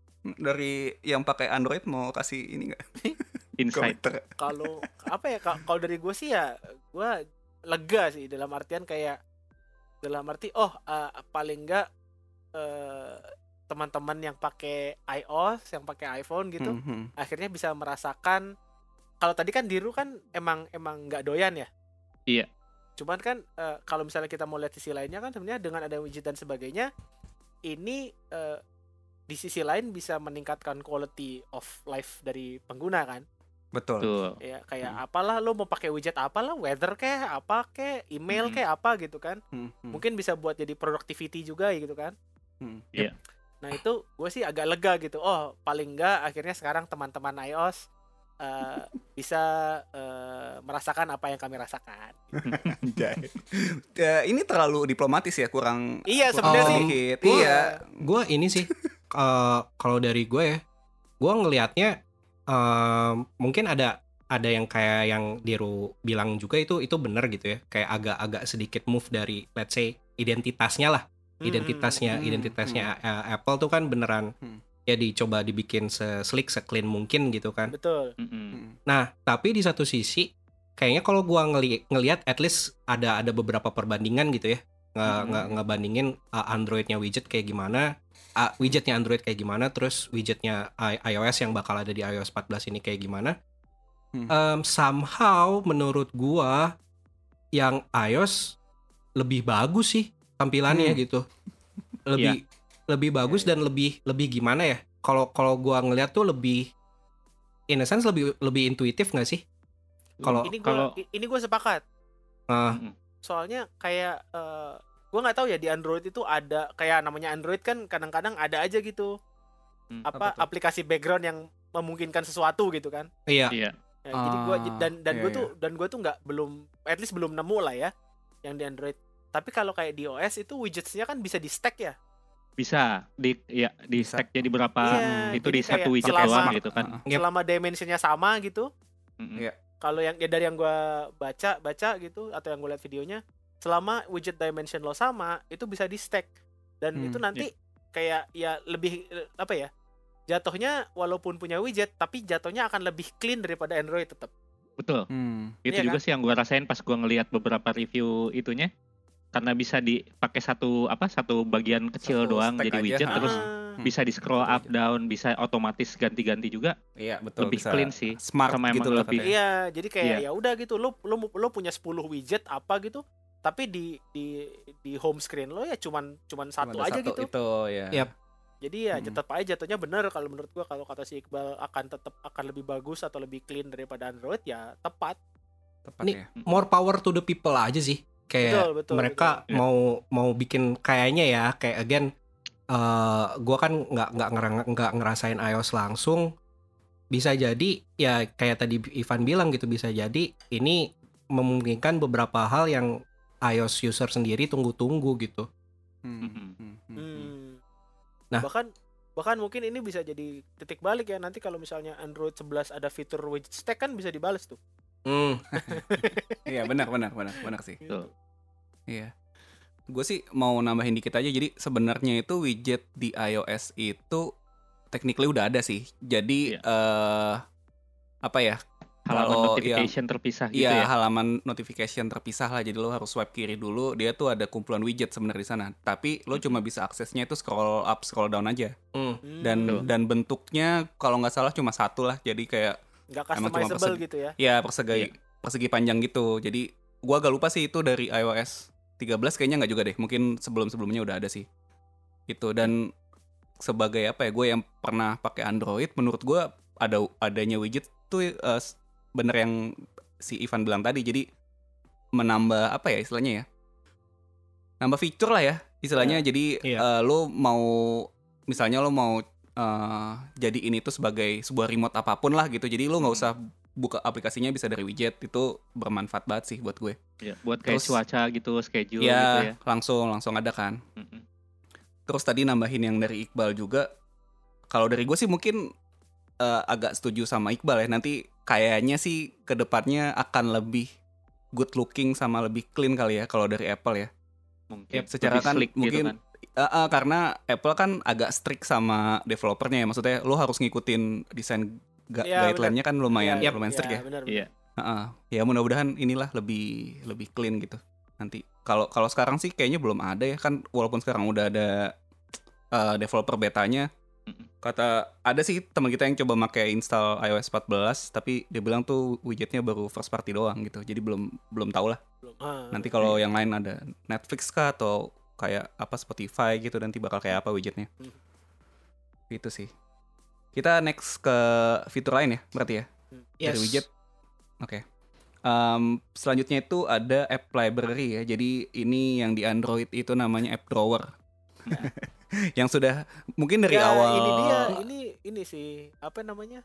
dari yang pakai Android mau kasih ini nggak? Insight. Komentar. Kalau apa ya? ka- Kalau dari gue sih ya, gue lega sih dalam artian kayak dalam arti oh eh, paling enggak eh, teman-teman yang pakai iOS, yang pakai iPhone gitu, Hmm, hmm. akhirnya bisa merasakan. Kalau tadi kan Diru kan emang emang nggak doyan ya. Iya. Cuman kan eh, kalau misalnya kita mau lihat sisi lainnya kan sebenarnya dengan ada widget dan sebagainya, ini eh, di sisi lain bisa meningkatkan quality of life dari pengguna kan. Betul. Tuh. Ya kayak Hmm. apalah lo mau pakai widget apalah, weather kayak apa kayak email Hmm. kayak apa gitu kan. Hmm, hmm, Mungkin bisa buat jadi productivity juga gitu kan. hmm. Iya. Nah itu gue sih agak lega gitu. Oh paling enggak akhirnya sekarang teman-teman iOS eh, bisa eh, merasakan apa yang kami rasakan. Anjay. Ya, ini terlalu diplomatis ya, kurang Iya sebenarnya Oh, sih. sedikit. gua- Iya. gue ini sih eh, kalau dari gue ya, gue ngelihatnya eh, mungkin ada ada yang kayak yang Diru bilang juga itu itu benar gitu ya, kayak agak-agak sedikit move dari let's say identitasnya lah, identitasnya Hmm, identitasnya eh, Apple tuh kan beneran Hmm. ya dicoba dibikin se-slick se-clean mungkin gitu kan. Betul. Mm-mm. Hmm. Nah, tapi di satu sisi kayaknya kalau gua ngeli ngelihat at least ada ada beberapa perbandingan gitu ya. Nge, Mhm. nge- ngebandingin uh, Androidnya widget kayak gimana, uh, widgetnya Android kayak gimana, terus widgetnya i- iOS yang bakal ada di iOS empat belas ini kayak gimana. Hmm. um, somehow menurut gua yang iOS lebih bagus sih tampilannya Hmm. gitu. Lebih lebih bagus Iya, iya. dan lebih lebih gimana ya? Kalau kalau gua ngeliat tuh lebih in a sense lebih lebih intuitif nggak sih? Kalau Ini Kalau- gua i- ini gue sepakat. uh, Mm-mm. Soalnya kayak eh gue nggak tahu ya di Android itu ada kayak namanya Android kan kadang-kadang ada aja gitu Hmm, apa apa tuh? aplikasi background yang memungkinkan sesuatu gitu kan. iya. Iya. Ya, jadi gua Ah, dan dan iya, gue iya. tuh dan gue tuh nggak belum at least belum nemu lah ya yang di Android. Tapi kalau kayak di O S itu widgetsnya kan bisa di stack ya. Bisa di ya di Bisa. stack jadi berapa Iya, itu jadi di satu kayak widget selama- doang gitu kan. Ah, Yep. Selama dimensionnya sama gitu. Mm-mm. Iya. Kalau yang ya dari yang gue baca baca gitu atau yang gue lihat videonya, selama widget dimension lo sama itu bisa di stack dan Hmm, itu nanti kayak ya lebih eh, apa ya, jatuhnya walaupun punya widget tapi jatuhnya akan lebih clean daripada Android tetap. Betul. Hmm. Itu Iya juga sih yang gua rasain pas gua ngelihat beberapa review itunya. Karena bisa dipakai satu apa satu bagian kecil Satu doang stack jadi aja, widget ha. terus Ah, Hmm. bisa di scroll Betul up down, bisa otomatis ganti-ganti juga. Iya betul. Lebih bisa clean sih. Smart Sama gitu emang lah lebih- katanya. Iya, jadi kayak Iya. ya udah gitu lo lo lo punya sepuluh widget apa gitu, tapi di di di home screen lo ya cuman cuman Cuma satu ada aja gitu. Itu ya. Yap. Jadi ya Mm-mm. tetap aja jatuhnya bener kalau menurut gua, kalau kata si Iqbal akan tetap akan lebih bagus atau lebih clean daripada Android ya tepat. Tepat Nih, ya. more power to the people aja sih. Kayak Betul, betul, mereka betul. mau mau bikin kayaknya ya kayak again eh gua kan nggak nggak ngera- nggak ngerasain iOS langsung. Bisa jadi ya kayak tadi Ivan bilang gitu, bisa jadi ini memungkinkan beberapa hal yang iOS user sendiri tunggu-tunggu gitu. Hmm. Mhm. Hmm. Hmm. Hmm. Hmm. Nah. bahkan bahkan mungkin ini bisa jadi titik balik ya nanti kalau misalnya Android sebelas ada fitur widget stack kan bisa dibales tuh. Hmm. Iya benar benar benar benar sih. Betul. Iya. Gue sih mau nambahin dikit aja. Jadi sebenarnya itu widget di iOS itu technically udah ada sih. Jadi Iya. eh apa ya? Halaman Kalau notification terpisah gitu Iya, ya. halaman notification terpisah lah. Jadi lo harus swipe kiri dulu. Dia tuh ada kumpulan widget sebenarnya di sana. Tapi lo Mhm. cuma bisa aksesnya itu scroll up, scroll down aja. Hmm. Hmm. Dan Betul. dan bentuknya kalau nggak salah cuma satu lah. Jadi kayak nggak emang cuma customizable persegi- gitu ya. ya persegi Iya. persegi panjang gitu. Jadi gua agak lupa sih itu dari iOS tiga belas kayaknya nggak juga deh. Mungkin sebelum-sebelumnya udah ada sih. Itu dan sebagai apa ya? Gue yang pernah pakai Android, menurut gua ada adanya widget tuh eh, bener yang si Ivan bilang tadi. Jadi menambah apa ya istilahnya ya? Nambah fitur lah ya istilahnya. Jadi Iya. eh, lo mau misalnya lo mau eh, jadiin itu sebagai sebuah remote apapun lah gitu. Jadi lo nggak Hmm. usah buka aplikasinya, bisa dari widget. Itu bermanfaat banget sih buat gue. Ya, buat kayak Terus- cuaca gitu, schedule Ya, gitu ya. langsung langsung ada kan. Mm-mm. Terus tadi nambahin yang dari Iqbal juga. Kalau dari gue sih mungkin eh, agak setuju sama Iqbal ya. Nanti kayaknya sih kedepannya akan lebih good looking sama lebih clean kali ya kalau dari Apple ya. Mungkin secara lebih kan slick gitu mungkin kan. Eh, eh, karena Apple kan agak strict sama developernya ya. Maksudnya lo harus ngikutin desain ga- Iya, guideline-nya kan lumayan Iya, lumayan strict ya. benar, Iya. Heeh. Ya mudah-mudahan inilah lebih lebih clean gitu nanti. Kalau kalau sekarang sih kayaknya belum ada ya kan, walaupun sekarang udah ada eh, developer betanya. Mm-mm. Kata ada sih teman kita yang coba pakai install iOS empat belas, tapi dia bilang tuh widgetnya baru first party doang gitu. Jadi belum belum tahu lah. Belum. Ah. Nanti kalau yang lain ada Netflix kah atau kayak apa Spotify gitu, nanti bakal kayak apa widgetnya. Hmm. Gitu sih. Kita next ke fitur lain ya berarti ya. Yes. Dari widget. Oke. Em, selanjutnya itu ada app library ya. Jadi ini yang di Android itu namanya app drawer. Yang sudah mungkin dari Ya, awal. ini dia ini ini sih apa namanya,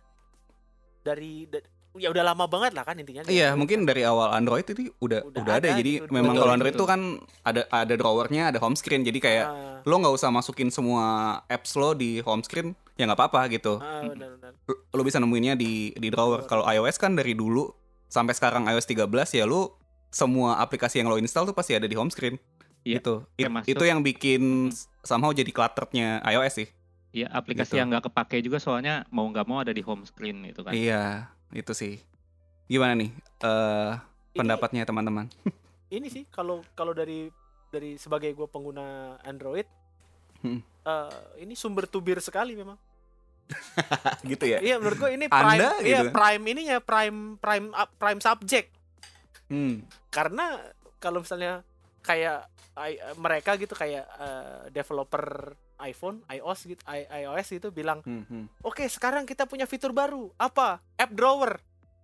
dari da- ya udah lama banget lah kan intinya. Iya, mungkin dari awal Android itu udah Udah udah, ada. ada Jadi gitu, memang betul, kalau Android betul. itu kan ada ada drawernya, ada home screen. Jadi kayak Ah, lo nggak usah masukin semua apps lo di home screen, ya nggak apa-apa gitu. ah, benar-benar. Lo, lo bisa nemuinnya di di drawer. Kalau iOS kan dari dulu sampai sekarang iOS tiga belas ya lo semua aplikasi yang lo install tuh pasti ada di home screen. Iya, Gitu. It- kayak masuk. itu yang bikin somehow jadi cluttered-nya iOS sih. Iya, aplikasi Gitu. yang nggak kepake juga soalnya mau nggak mau ada di home screen itu kan. Iya, itu sih. Gimana nih eh Ini- pendapatnya teman-teman? Ini sih kalau kalau dari dari sebagai gue pengguna Android, Hmm. eh, ini sumber tubir sekali memang. gitu ya. Iya, menurut gue ini prime, Anda iya gitu. prime ininya prime prime uh, prime subject. Hmm. Karena kalau misalnya kayak I- mereka gitu kayak uh, developer iPhone, iOS gitu, I- iOS gitu bilang, Hmm, hmm. oke sekarang kita punya fitur baru, apa? App drawer.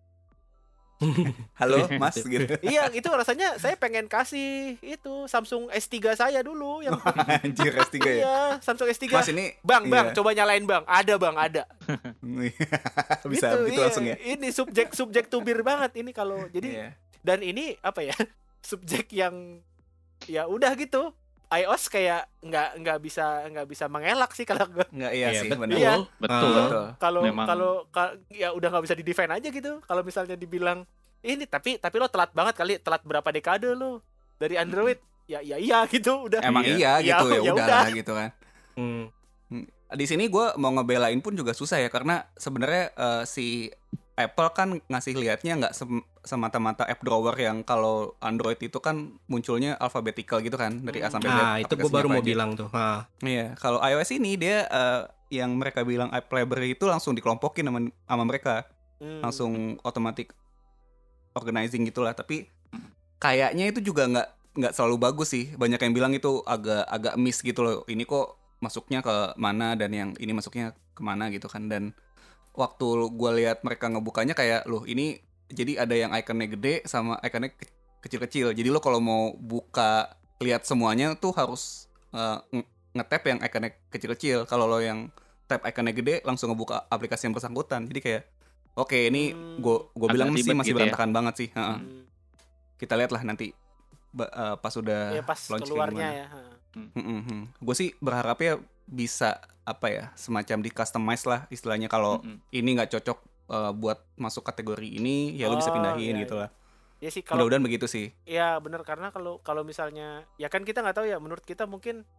Halo Mas gitu. Iya, itu rasanya saya pengen kasih itu Samsung S tiga saya dulu yang Anjir S tiga ya. iya, Samsung S tiga. Mas ini Bang, bang, iya. coba nyalain bang. Ada bang, ada. Bisa Gitu, gitu iya. langsung ya. Ini subjek subjek tubir banget ini kalau jadi Iya. dan ini apa ya? Subjek yang ya udah gitu. iOS kayak nggak nggak bisa nggak bisa mengelak sih kalau gue. Nggak iya Iya, sih betul, benar. Iya. betul. Ah. Betul. Kalau Memang. kalau ka- ya udah nggak bisa di defend aja gitu. Kalau misalnya dibilang ini tapi tapi lo telat banget kali, telat berapa dekade lo dari Android. Ya ya iya gitu udah. Emang Iya. iya gitu ya, Ya udah udah. lah gitu kan. Hmm. Di sini gue mau ngebelain pun juga susah ya karena sebenarnya eh, si Apple kan ngasih liatnya nggak sem- semata-mata app drawer yang kalau Android itu kan munculnya alphabetical gitu kan dari A sampai Z. Nah, itu gue aplikasinya baru apa mau aja. bilang tuh. Ah. Iya, kalau iOS ini dia eh, yang mereka bilang app library itu langsung dikelompokin sama, sama mereka, Hmm. langsung automatic organizing gitulah. Tapi kayaknya itu juga nggak nggak selalu bagus sih. Banyak yang bilang itu agak agak miss gitu loh. Ini kok masuknya ke mana dan yang ini masuknya kemana gitu kan. Dan waktu gue lihat mereka ngebukanya kayak loh ini jadi ada yang ikonnya gede sama ikonnya ke- kecil-kecil. Jadi lo kalau mau buka lihat semuanya tuh harus uh, nge- nge-tap yang ikonnya kecil-kecil. Kalau lo yang tap ikonnya gede langsung ngebuka aplikasi yang bersangkutan. Jadi kayak oke ini Hmm. gue gue bilang Agak masih ribet masih gitu ya. berantakan banget sih. Heeh. Hmm. Kita lihat lah nanti ba- uh, pas udah Ya pas launch kayak keluarnya gimana. ya. Ha. Gue sih berharapnya bisa apa ya semacam di customize lah istilahnya kalau Mm-mm. ini nggak cocok uh, buat masuk kategori ini ya lo bisa Oh, pindahin iya, gitu iya. lah. Ya sih kalau Mudah-mudahan begitu sih. ya bener karena kalau kalau misalnya ya kan kita nggak tahu ya menurut kita mungkin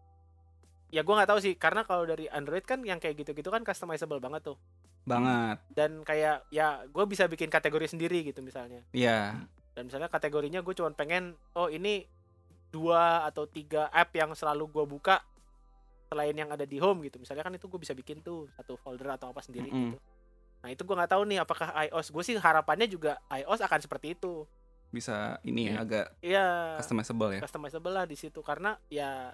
ya gua nggak tahu sih karena kalau dari Android kan yang kayak gitu-gitu kan customizable banget tuh Banget. dan kayak ya gue bisa bikin kategori sendiri gitu misalnya Iya. dan misalnya kategorinya gue cuma pengen oh ini dua atau tiga app yang selalu gue buka selain yang ada di home gitu misalnya kan itu gue bisa bikin tuh satu folder atau apa sendiri Mm-mm. gitu. Nah itu gue nggak tahu nih apakah iOS gue sih harapannya juga iOS akan seperti itu. Bisa ini ya Iya. agak Iya. customizable ya. Customizable lah di situ karena ya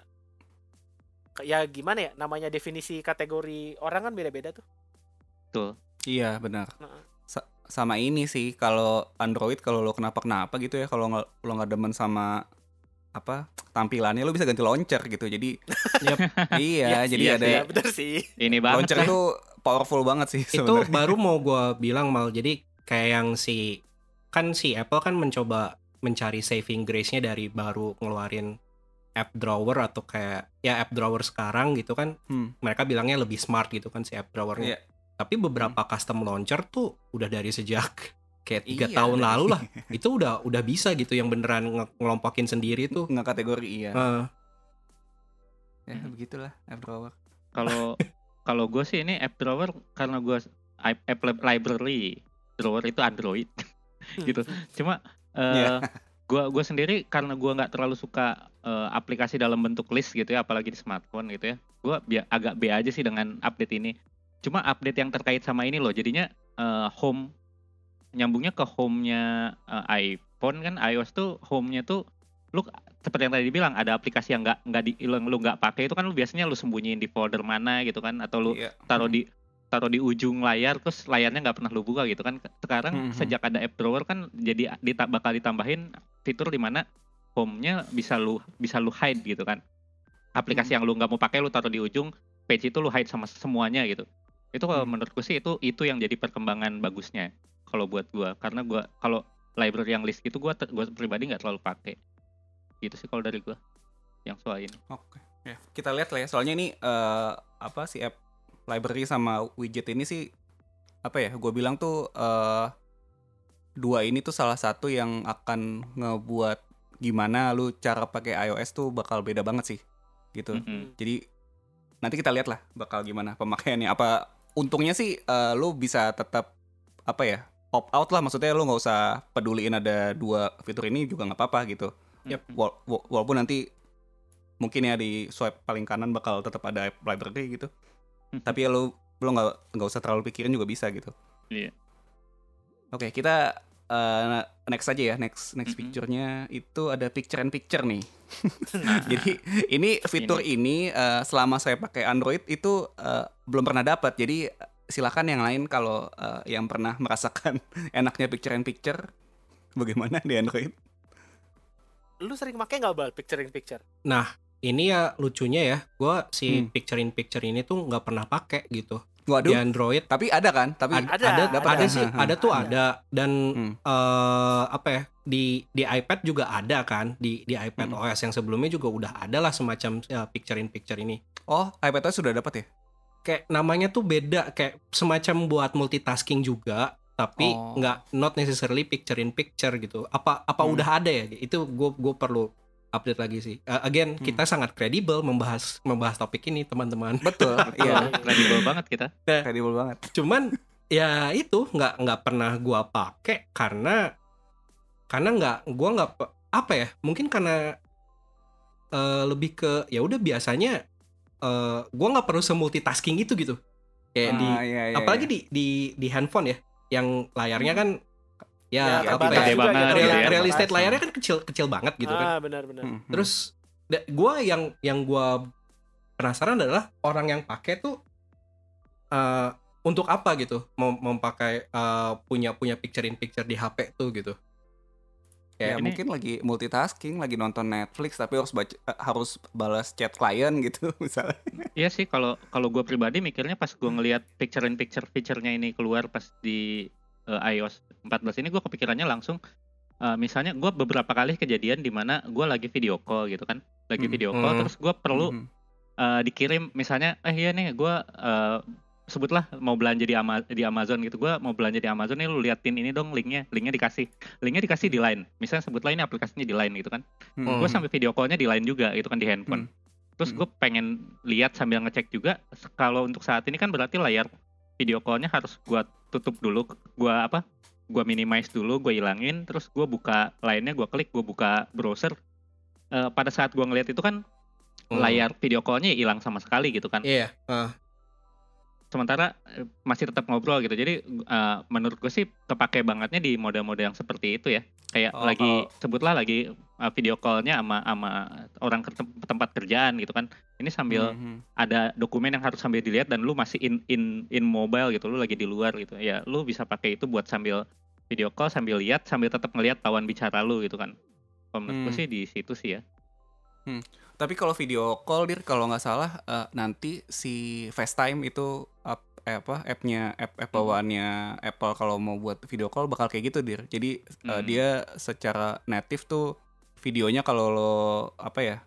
ya gimana ya namanya definisi kategori orang kan beda-beda tuh. Betul. Iya benar. Nah, Sa- sama ini sih kalau Android kalau lo kenapa-kenapa gitu ya kalau nggak lo nggak demen sama apa tampilannya lo bisa ganti launcher gitu jadi Yap. iya ya, jadi iya ada ya benar sih. Ini banget launcher lah. itu powerful banget sih Itu sebenarnya. baru mau gue bilang mal. Jadi kayak yang si kan si Apple kan mencoba mencari saving grace-nya dari baru ngeluarin app drawer atau kayak ya app drawer sekarang gitu kan. Hmm. Mereka bilangnya lebih smart gitu kan si app drawernya. Iya. Tapi beberapa custom launcher tuh udah dari sejak kayak tiga Iya, tahun dari- lalu lah. Itu udah udah bisa gitu yang beneran nge- ngelompokin sendiri tuh. nggak kategori iya Eh, ya begitulah app drawer. Kalau kalau gue sih ini app drawer karena gue app, app lib- library drawer itu Android gitu. Cuma Iya. eh gue gue sendiri karena gue nggak terlalu suka eh, aplikasi dalam bentuk list gitu ya, apalagi di smartphone gitu ya. Gue bi- agak B aja sih dengan update ini. Cuma update yang terkait sama ini loh, jadinya eh, home nyambungnya ke home-nya eh, iPhone kan, iOS tuh home-nya tuh lu seperti yang tadi dibilang ada aplikasi yang nggak nggak di lu lu nggak pakai itu kan lu biasanya lu sembunyiin di folder mana gitu kan atau lu Iya. taruh di taruh di ujung layar terus layarnya nggak pernah lu buka gitu kan. Sekarang Mhm. sejak ada app drawer kan jadi dita- bakal ditambahin fitur di mana home-nya bisa lu bisa lu hide gitu kan. Aplikasi yang lu nggak mau pakai lu taruh di ujung, page itu lu hide sama semuanya gitu. Itu kalau Hmm. menurutku sih itu itu yang jadi perkembangan bagusnya kalau buat gua, karena gua kalau library yang list itu gua te- gua pribadi nggak terlalu pakai. Gitu sih kalau dari gua yang soal ini. Oke. Ya, kita lihat lah ya. Soalnya ini eh, apa sih app library sama widget ini sih apa ya? Gue bilang tuh eh, dua ini tuh salah satu yang akan ngebuat gimana lu cara pakai iOS tuh bakal beda banget sih. Gitu. Mm-mm. Jadi nanti kita lihat lah bakal gimana pemakaiannya. Apa untungnya sih eh, lu bisa tetap apa ya? Opt out lah, maksudnya lu nggak usah peduliin ada dua fitur ini juga nggak apa-apa gitu. Yap. Wal- wa- walaupun nanti mungkin ya di swipe paling kanan bakal tetap ada app library gitu. Mhm. Tapi ya lu lo nggak nggak usah terlalu pikirin juga bisa gitu. Iya. Oke, kita uh, next aja ya, next next Mm-mm. picture-nya itu ada picture in picture nih. Nah, Jadi ini fitur ini uh, selama saya pakai Android itu uh, belum pernah dapat. Jadi uh, silakan yang lain kalau uh, yang pernah merasakan enaknya picture in picture, bagaimana di Android? Lu sering pakai nggak Bal picture in picture? Nah, ini ya lucunya ya, gue si Hmm. picture in picture ini tuh nggak pernah pakai gitu di Waduh, Android. tapi ada kan? Tapi Ad- Ada, ada, ada. ada sih, Ada. ada tuh Ada. ada dan Hmm. eh, apa ya di di iPad juga ada kan, di di iPad Hmm. O S yang sebelumnya juga udah ada lah semacam ya, picture in picture ini. oh, iPadOS sudah dapat ya? Kayak namanya tuh beda, kayak semacam buat multitasking juga, tapi Oh. nggak not necessarily picture in picture gitu. Apa apa Hmm. udah ada ya? Itu gue gue perlu update lagi sih. Uh, again, Hmm. kita sangat kredibel membahas membahas topik ini, teman-teman. Betul, iya, kredibel banget kita. kredibel banget. Cuman ya itu nggak nggak pernah gua pakai karena karena nggak gua nggak pe- apa ya, mungkin karena eh, lebih ke ya udah biasanya eh, gua nggak perlu semultitasking itu gitu, kayak di Ah, iya, iya, apalagi iya. di di di handphone ya yang layarnya kan ya, Ya, apa terbatas ya, gede juga banget gitu gitu real, ya. real estate Terbatas. layarnya kan kecil kecil banget gitu kan. Ah, benar-benar. Hmm, hmm. Terus da- gua yang yang gua penasaran adalah orang yang pakai tuh eh, untuk apa gitu, mau memakai eh, punya punya picture in picture di H P tuh gitu. ya Ini- mungkin lagi multitasking, lagi nonton Netflix tapi harus baca, eh, harus balas chat klien gitu misalnya. Iya sih, kalau kalau gue pribadi mikirnya pas gue ngelihat picture in picture feature-nya ini keluar pas di eh, iOS empat belas ini, gue kepikirannya langsung eh, misalnya gue beberapa kali kejadian di mana gue lagi video call gitu kan, lagi Hmm. video call Hmm. terus gue perlu Mhm. eh, dikirim misalnya, eh iya nih gue eh, sebutlah mau belanja di, Ama- di Amazon gitu, gue mau belanja di Amazon nih, lu liatin ini dong linknya, linknya dikasih, linknya dikasih di Line, misalnya sebutlah ini aplikasinya di Line gitu kan, Hmm. gue sampai video callnya di Line juga gitu kan di handphone. Terus Hmm. gue pengen lihat sambil ngecek juga. Kalau untuk saat ini kan berarti layar video callnya harus gue tutup dulu, gue apa? Gue minimize dulu, gue hilangin, terus gue buka lainnya, gue klik, gue buka browser. Eh, pada saat gue ngeliat itu kan Hmm. layar video callnya hilang sama sekali gitu kan. Iya. eh. Sementara eh, masih tetap ngobrol gitu. Jadi eh, menurut gue sih kepake bangetnya di mode-mode yang seperti itu ya. Kayak Oh, lagi kalau- sebutlah lagi eh, video call-nya sama sama orang ke tem- tempat kerjaan gitu kan. Ini sambil Mhm. ada dokumen yang harus sambil dilihat dan lu masih in in in mobile gitu, lu lagi di luar gitu. Ya, lu bisa pakai itu buat sambil video call, sambil lihat, sambil tetap ngelihat lawan bicara lu gitu kan. Kalau menurut gue Hmm. sih di situ sih ya. Tapi kalau video call dir kalau nggak salah eh, nanti si FaceTime itu ap- eh, apa app-nya app app Hmm. bawaannya Apple kalau mau buat video call bakal kayak gitu dir. Jadi eh, Hmm. dia secara native tuh videonya kalau lo apa ya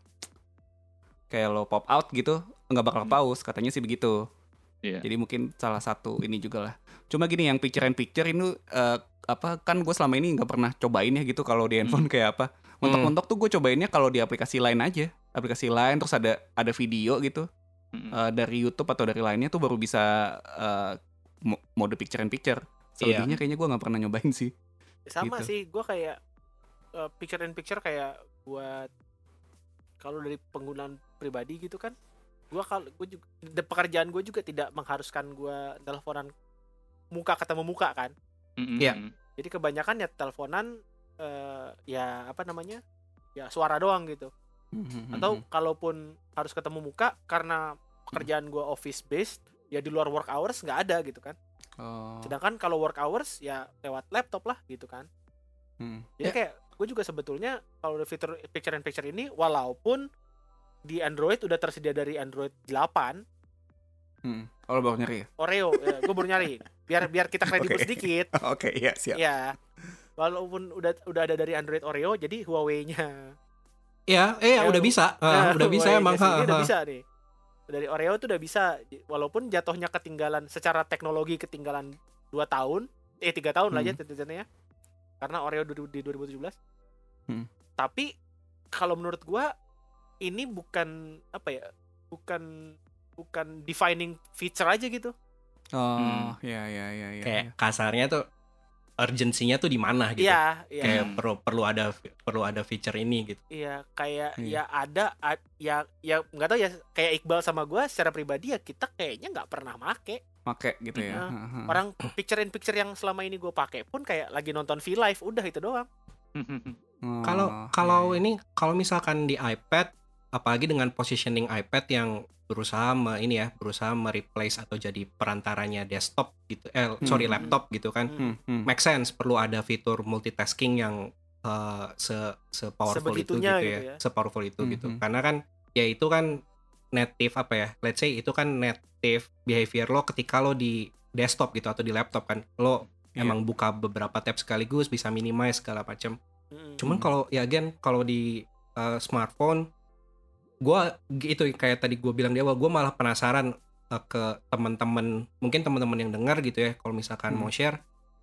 kayak lo pop out gitu nggak bakal Hmm. pause katanya sih begitu. Iya. Jadi mungkin salah satu ini juga lah. Cuma gini yang picture in picture ini eh, apa kan gue selama ini nggak pernah cobain ya gitu kalau di handphone kayak apa. Mentok-mentok tuh gue cobainnya kalau di aplikasi lain aja. Aplikasi lain terus ada ada video gitu Mm-mm. eh, dari YouTube atau dari lainnya tuh baru bisa eh, mo- mode picture in picture. Selebihnya kayaknya gue nggak pernah nyobain sih. Sama Gitu. sih, gue kayak uh, picture in picture kayak buat kalau dari penggunaan pribadi gitu kan, gue kalau gue juga de- pekerjaan gue juga tidak mengharuskan gue teleponan muka ketemu muka kan, Mm-mm. Iya. jadi kebanyakan ya teleponan uh, ya apa namanya ya suara doang gitu, atau kalaupun harus ketemu muka karena pekerjaan gue office based ya di luar work hours nggak ada gitu kan, Oh. sedangkan kalau work hours ya lewat laptop lah gitu kan. Hmm. Jadi Ya. kayak gue juga sebetulnya kalau ada fitur picture in picture ini walaupun di Android udah tersedia dari Android delapan Hmm. Oh, lo baru nyari ya? Oreo, ya, gue baru nyari biar biar kita kredibel Oke. sedikit. Oke, iya siap. Ya, walaupun udah udah ada dari Android Oreo, jadi Huawei-nya Ya, eh Ya, udah bisa, Nah, Ah, udah bisa Huawei-nya emang. sih, ha, ini udah ha. bisa nih. Dari Oreo tuh udah bisa, walaupun jatuhnya ketinggalan secara teknologi ketinggalan dua tahun, eh tiga tahun lah ya Hmm. tentunya ya. Karena Oreo du- di dua ribu tujuh belas. Hmm. Tapi kalau menurut gua ini bukan apa ya? Bukan bukan defining feature aja gitu. Oh, ya ya ya ya. Kayak kasarnya tuh urgensinya tuh di mana gitu. Iya, iya. Kayak Hmm. perlu perlu ada perlu ada feature ini gitu. Iya, kayak Iya. ya ada a- ya ya nggak tahu ya, kayak Iqbal sama gua secara pribadi ya kita kayaknya nggak pernah make. make gitu ya. Nah, Heeh. orang picture in picture yang selama ini gue pakai pun kayak lagi nonton V-Live, udah itu doang. Oh, Kalau iya, kalau iya. ini kalau misalkan di iPad, apalagi dengan positioning iPad yang berusaha me, ini ya, berusaha mereplace atau jadi perantaranya desktop gitu, eh sorry Hmm. laptop gitu kan, Hmm. Hmm, hmm. make sense, perlu ada fitur multitasking yang eh, se se powerful itu gitu Sebegitunya ya, gitu ya. se powerful itu Hmm, gitu, hmm. karena kan ya itu kan native apa ya, let's say itu kan native behavior lo ketika lo di desktop gitu atau di laptop kan, lo Iya. emang buka beberapa tab sekaligus, bisa minimize segala macam. Mm-mm. Cuman Hmm. kalau ya again kalau di uh, smartphone, gua g- itu kayak tadi gue bilang di awal, gue malah penasaran uh, ke teman-teman, mungkin teman-teman yang dengar gitu ya, kalau misalkan Hmm. mau share,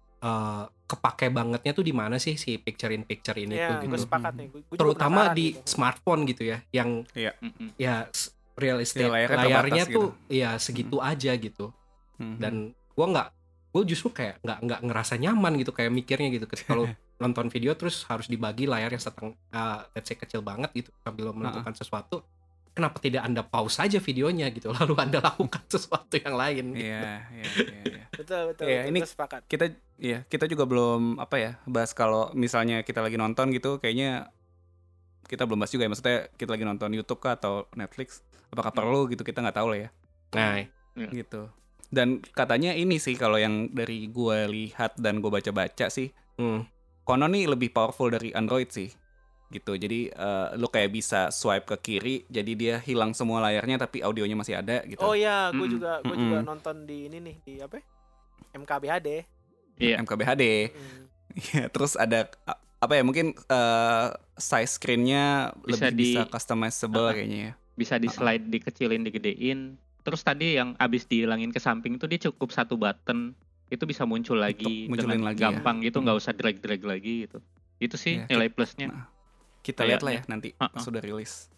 uh, kepake bangetnya tuh di mana sih si picture in picture ini Ya, tuh gue gitu. sepakat nih. Gua, gua juga Terutama penasaran di gitu. smartphone gitu ya, yang Mm-mm. ya s- real estate Ya, layarnya layarnya terbatas tuh ya segitu aja gitu. Hmm, Dan gue nggak, gue justru kayak nggak nggak ngerasa nyaman gitu kayak mikirnya gitu ketika lo nonton video terus harus dibagi layarnya setengah, uh, let's say kecil banget gitu sambil lo melakukan sesuatu, kenapa tidak anda pause aja videonya gitu lalu anda lakukan sesuatu yang lain gitu. Iya, iya, iya, iya. Betul, betul. Iya, betul. ini- Gue sepakat. Kita ya, kita juga belum apa ya, bahas kalau misalnya kita lagi nonton gitu, kayaknya kita belum bahas juga ya, maksudnya kita lagi nonton YouTube kah atau Netflix, apakah perlu gitu, kita nggak tahu lah ya. Nah, Gitu. Dan katanya ini sih kalau yang dari gue lihat dan gue baca-baca sih, hmm, konon nih lebih powerful dari Android sih. Gitu. Jadi eh, lu kayak bisa swipe ke kiri, jadi dia hilang semua layarnya tapi audionya masih ada gitu. Oh iya, gue Mm-mm. juga gue juga Mm-mm. nonton di ini nih, di apa? ya? M K B H D. Iya. M K B H D. Mm. Iya, terus ada a- apa ya, mungkin eh, size screen-nya Bisa lebih di- bisa customizable Uh-uh. kayaknya ya. Bisa di slide, dikecilin, digedein. Terus tadi yang abis dihilangin ke samping tuh dia cukup satu button, itu bisa muncul lagi munculin dengan lagi ya. gampang gitu, Hmm. nggak usah drag drag lagi gitu. Itu sih Iya, nilai plusnya. Nah, kita lihat lah ya Kayaknya. nanti Uh-uh. pas sudah rilis.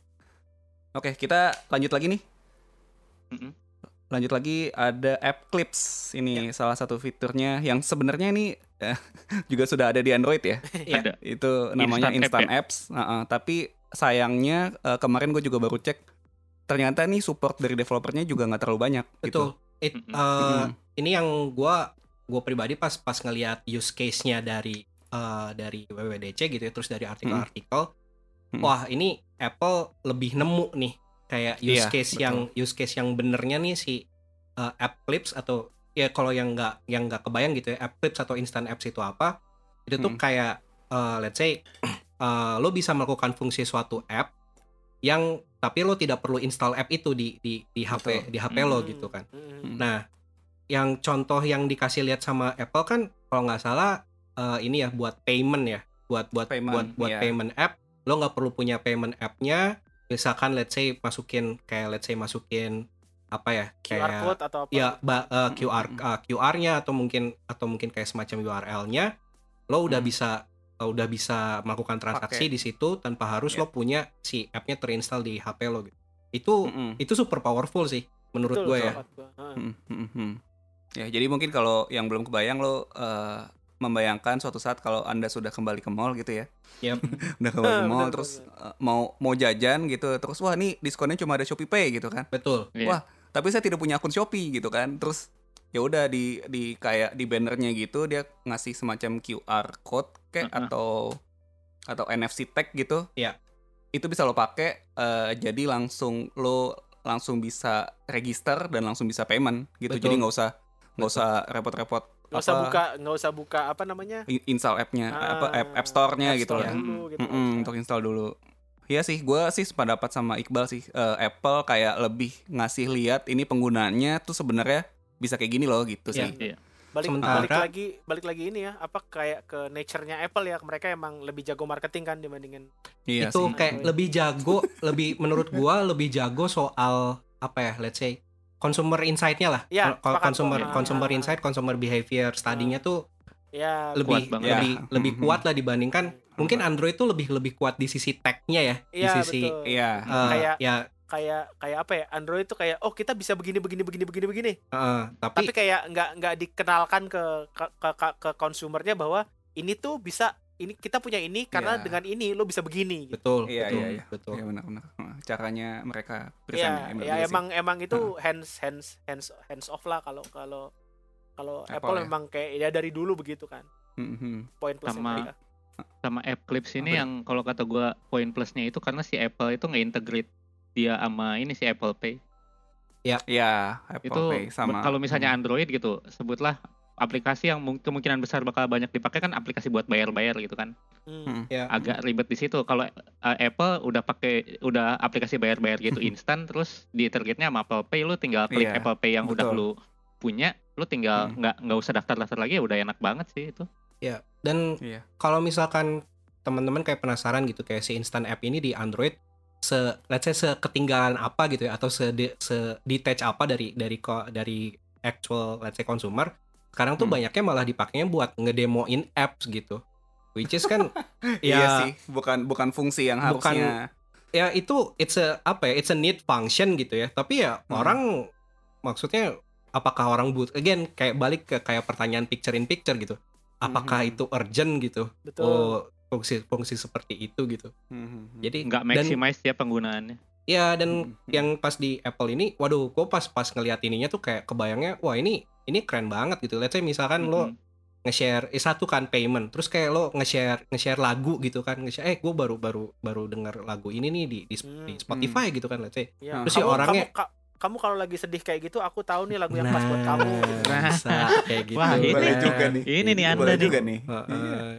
Oke, kita lanjut lagi nih. Mm-mm. Lanjut lagi ada App Clips. Ini salah satu fiturnya yang sebenarnya ini eh, juga sudah ada di Android ya. Iya. Ada. Itu namanya Instant Instant App Apps. Uh-uh. Tapi sayangnya eh, kemarin gue juga baru cek. Ternyata nih support dari developernya juga nggak terlalu banyak. betul. It, Mm-mm. uh, Mm-mm. Ini yang gua gua pribadi pas pas ngelihat use case-nya dari uh, dari W W D C gitu ya, terus dari artikel-artikel, Mm-mm. wah ini Apple lebih nemu nih kayak use Iya, case betul. yang use case yang benernya nih si uh, App Clips, atau ya kalau yang nggak yang nggak kebayang gitu ya, App Clips atau Instant Apps itu apa? Itu tuh Mm. kayak uh, let's say uh, lo bisa melakukan fungsi suatu app yang tapi lo tidak perlu install app itu di di di H P Betul. di H P lo Mm. gitu kan. Mm. Nah, yang contoh yang dikasih lihat sama Apple kan kalau nggak salah eh, ini ya buat payment ya, buat buat Payment, buat buat iya. payment app, lo nggak perlu punya payment app-nya. Misalkan let's say masukin kayak let's say masukin apa ya, Q R kayak code atau apa? ya ba- eh, Q R Mm-mm. eh, Q R-nya atau mungkin atau mungkin kayak semacam U R L-nya, lo udah Mm. bisa eh, udah bisa melakukan transaksi Pakai. di situ tanpa harus Iya. lo punya si app-nya terinstall di H P lo gitu. Itu Mm-mm. itu super powerful sih menurut Betul, gue ya. sepakat gua. Heeh. Hmm, hmm, hmm. Ya, jadi mungkin kalau yang belum kebayang lo eh, membayangkan suatu saat kalau Anda sudah kembali ke mall gitu ya. Yap. Udah kembali ke Ah, mall benar, terus benar. eh, mau mau jajan gitu, terus wah nih diskonnya cuma ada Shopee Pay gitu kan. Betul. Iya. Wah, tapi saya tidak punya akun Shopee gitu kan. Terus ya udah di di kayak di bannernya gitu dia ngasih semacam Q R code kayak Uh-uh. atau atau N F C tag gitu. Iya. Itu bisa lo pakai eh, jadi langsung lo langsung bisa register dan langsung bisa payment gitu. Betul. Jadi nggak usah nggak usah repot-repot Nggak usah apa, buka, nggak usah buka apa namanya? in- install app-nya apa Ah, app, app store-nya App gitu Store lah. dulu, gitu, nggak Mm-mm, usah. untuk install dulu. Iya sih, gue sih sependapat sama Iqbal sih. Eh, Apple kayak lebih ngasih lihat ini penggunaannya tuh sebenarnya bisa kayak gini loh gitu Iya. sih. Iya. Balik, Sementara- balik lagi balik lagi ini ya, apa kayak ke nature-nya Apple ya, mereka emang lebih jago marketing kan dibandingin Iya itu sih. kayak Android. lebih jago, lebih menurut gua lebih jago soal apa ya, let's say consumer insight-nya lah. Ya, Ko- sepakat consumer gua. consumer Ah. insight, consumer behavior study-nya tuh ya lebih banget. lebih Ya. lebih Mhm. kuat lah dibandingkan mungkin Android tuh lebih lebih kuat di sisi tech-nya ya, di Iya, sisi betul. Iya. eh, Kayak ya kayak kayak apa ya, Android itu kayak oh kita bisa begini begini begini begini begini, eh, tapi tapi kayak nggak nggak dikenalkan ke ke ke, ke, ke konsumernya bahwa ini tuh bisa ini kita punya ini karena Iya. dengan ini lo bisa begini gitu. Betul, Iya, betul, iya, iya. betul. Ya benar-benar. Caranya mereka present Ya, ya, menurut ya gue sih. emang emang itu hands hands hands hands off lah kalau kalau kalau Apple Apple ya. memang kayak ya dari dulu begitu kan. Mhm. Poin plusnya Sama- mereka. Sama App Clips ini Apa ya? yang kalau kata gua poin plusnya itu karena si Apple itu nge-integrate dia sama ini si Apple Pay. Ya, Apple Itu Pay sama kalau misalnya Hmm. Android gitu, sebutlah aplikasi yang mung- kemungkinan besar bakal banyak dipakai kan aplikasi buat bayar-bayar gitu kan. Hmm. Ya. Agak ribet di situ. Kalau uh, Apple udah pakai udah aplikasi bayar-bayar gitu instan, terus di targetnya sama Apple Pay, lu tinggal klik Iya, Apple Pay yang udah betul. lu punya, lu tinggal Hmm. nggak nggak usah daftar-daftar lagi, ya udah enak banget sih itu. Ya, dan Iya. kalau misalkan teman-teman kayak penasaran gitu kayak si instant app ini di Android se let's say seketinggalan apa gitu ya atau se se detach apa dari dari ko- dari actual let's say consumer, sekarang tuh Hmm. banyaknya malah dipakainya buat ngedemoin apps gitu. Which is kan Iya ya sih, bukan bukan fungsi yang Bukan- harusnya. ya itu it's a apa ya it's a need function gitu ya. Tapi ya Hmm. orang maksudnya apakah orang but again kayak balik ke kayak pertanyaan picture in picture gitu. Apakah Mhm. itu urgent gitu? Betul. Oh, fungsi-fungsi seperti itu gitu. Mhm. Jadi Nggak dan maximize ya penggunaannya. ya Mhm. dan yang pas di Apple ini, waduh, gue pas pas ngeliat ininya tuh kayak kebayangnya, wah ini ini keren banget gitu. Let's say misalkan lo Mhm. nge-share, eh, satu kan payment, terus kayak lo nge-share nge-share lagu gitu kan, nge-share, eh gue baru baru baru denger lagu ini nih di di, di Hmm. Spotify gitu kan, let's say. Ya. Terus si kamu, orangnya- kamu, ka- kamu kalau lagi sedih kayak gitu, aku tahu nih lagu yang pas buat kamu. gitu. Nah. bisa kayak gitu. Wah, ini- Boleh juga nih. Ini nih Anda Boleh nih. juga nih. Heeh.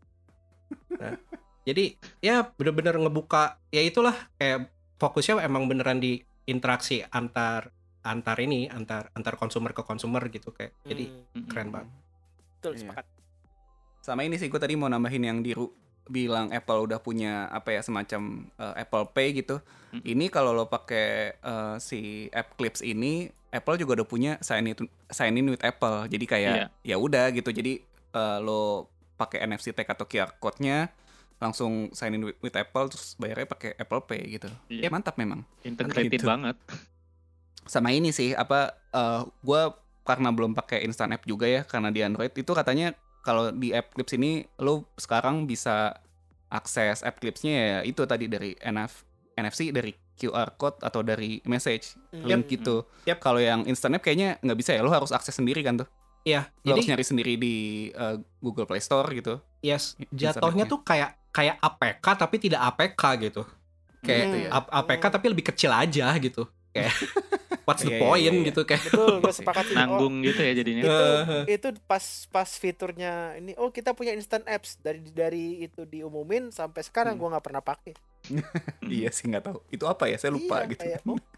Nah, jadi ya bener-bener ngebuka, ya itulah kayak fokusnya emang beneran di interaksi antar antar ini antar antar konsumer ke konsumer gitu kayak. Jadi Hmm, Mhm. keren banget. betul, Iya. sepakat. Sama ini sih gue tadi mau nambahin yang Diru bilang Apple udah punya apa ya semacam uh, Apple Pay gitu. Mm. Ini kalau lo pakai uh, si App Clips ini, Apple juga udah punya sign in sign in with Apple. Jadi kayak ya udah gitu. Jadi uh, lo pakai N F C tag atau Q R code-nya langsung sign in with, with Apple terus bayarnya pakai Apple Pay gitu. Iya. Ya mantap memang. Integrated Gitu. banget. Sama ini sih apa uh, gue karena belum pakai instant app juga ya karena di Android itu katanya kalau di app clips ini lo sekarang bisa akses app clipsnya ya itu tadi dari N F N F C dari Q R code atau dari message Hmm. link gitu. Yap. Kalau yang instant app kayaknya nggak bisa ya, lo harus akses sendiri kan tuh. Iya, Lo harus jadi nyari sendiri di uh, Google Play Store gitu. yes, Instant jatuhnya app-nya. tuh kayak kayak A P K tapi tidak A P K gitu. Kayak Gitu ya. A- APK tapi lebih kecil aja gitu. Kayak what's the Iya, iya, point iya, iya. gitu kayak. Betul, gue sepakat sih. Oh, Nanggung gitu ya jadinya. itu Eh. itu pas pas fiturnya ini, oh kita punya instant apps dari dari itu diumumin sampai sekarang Hmm. gue nggak pernah pakai. Iya sih nggak tahu. Itu apa ya? Saya lupa Iya, gitu. kayak, oh,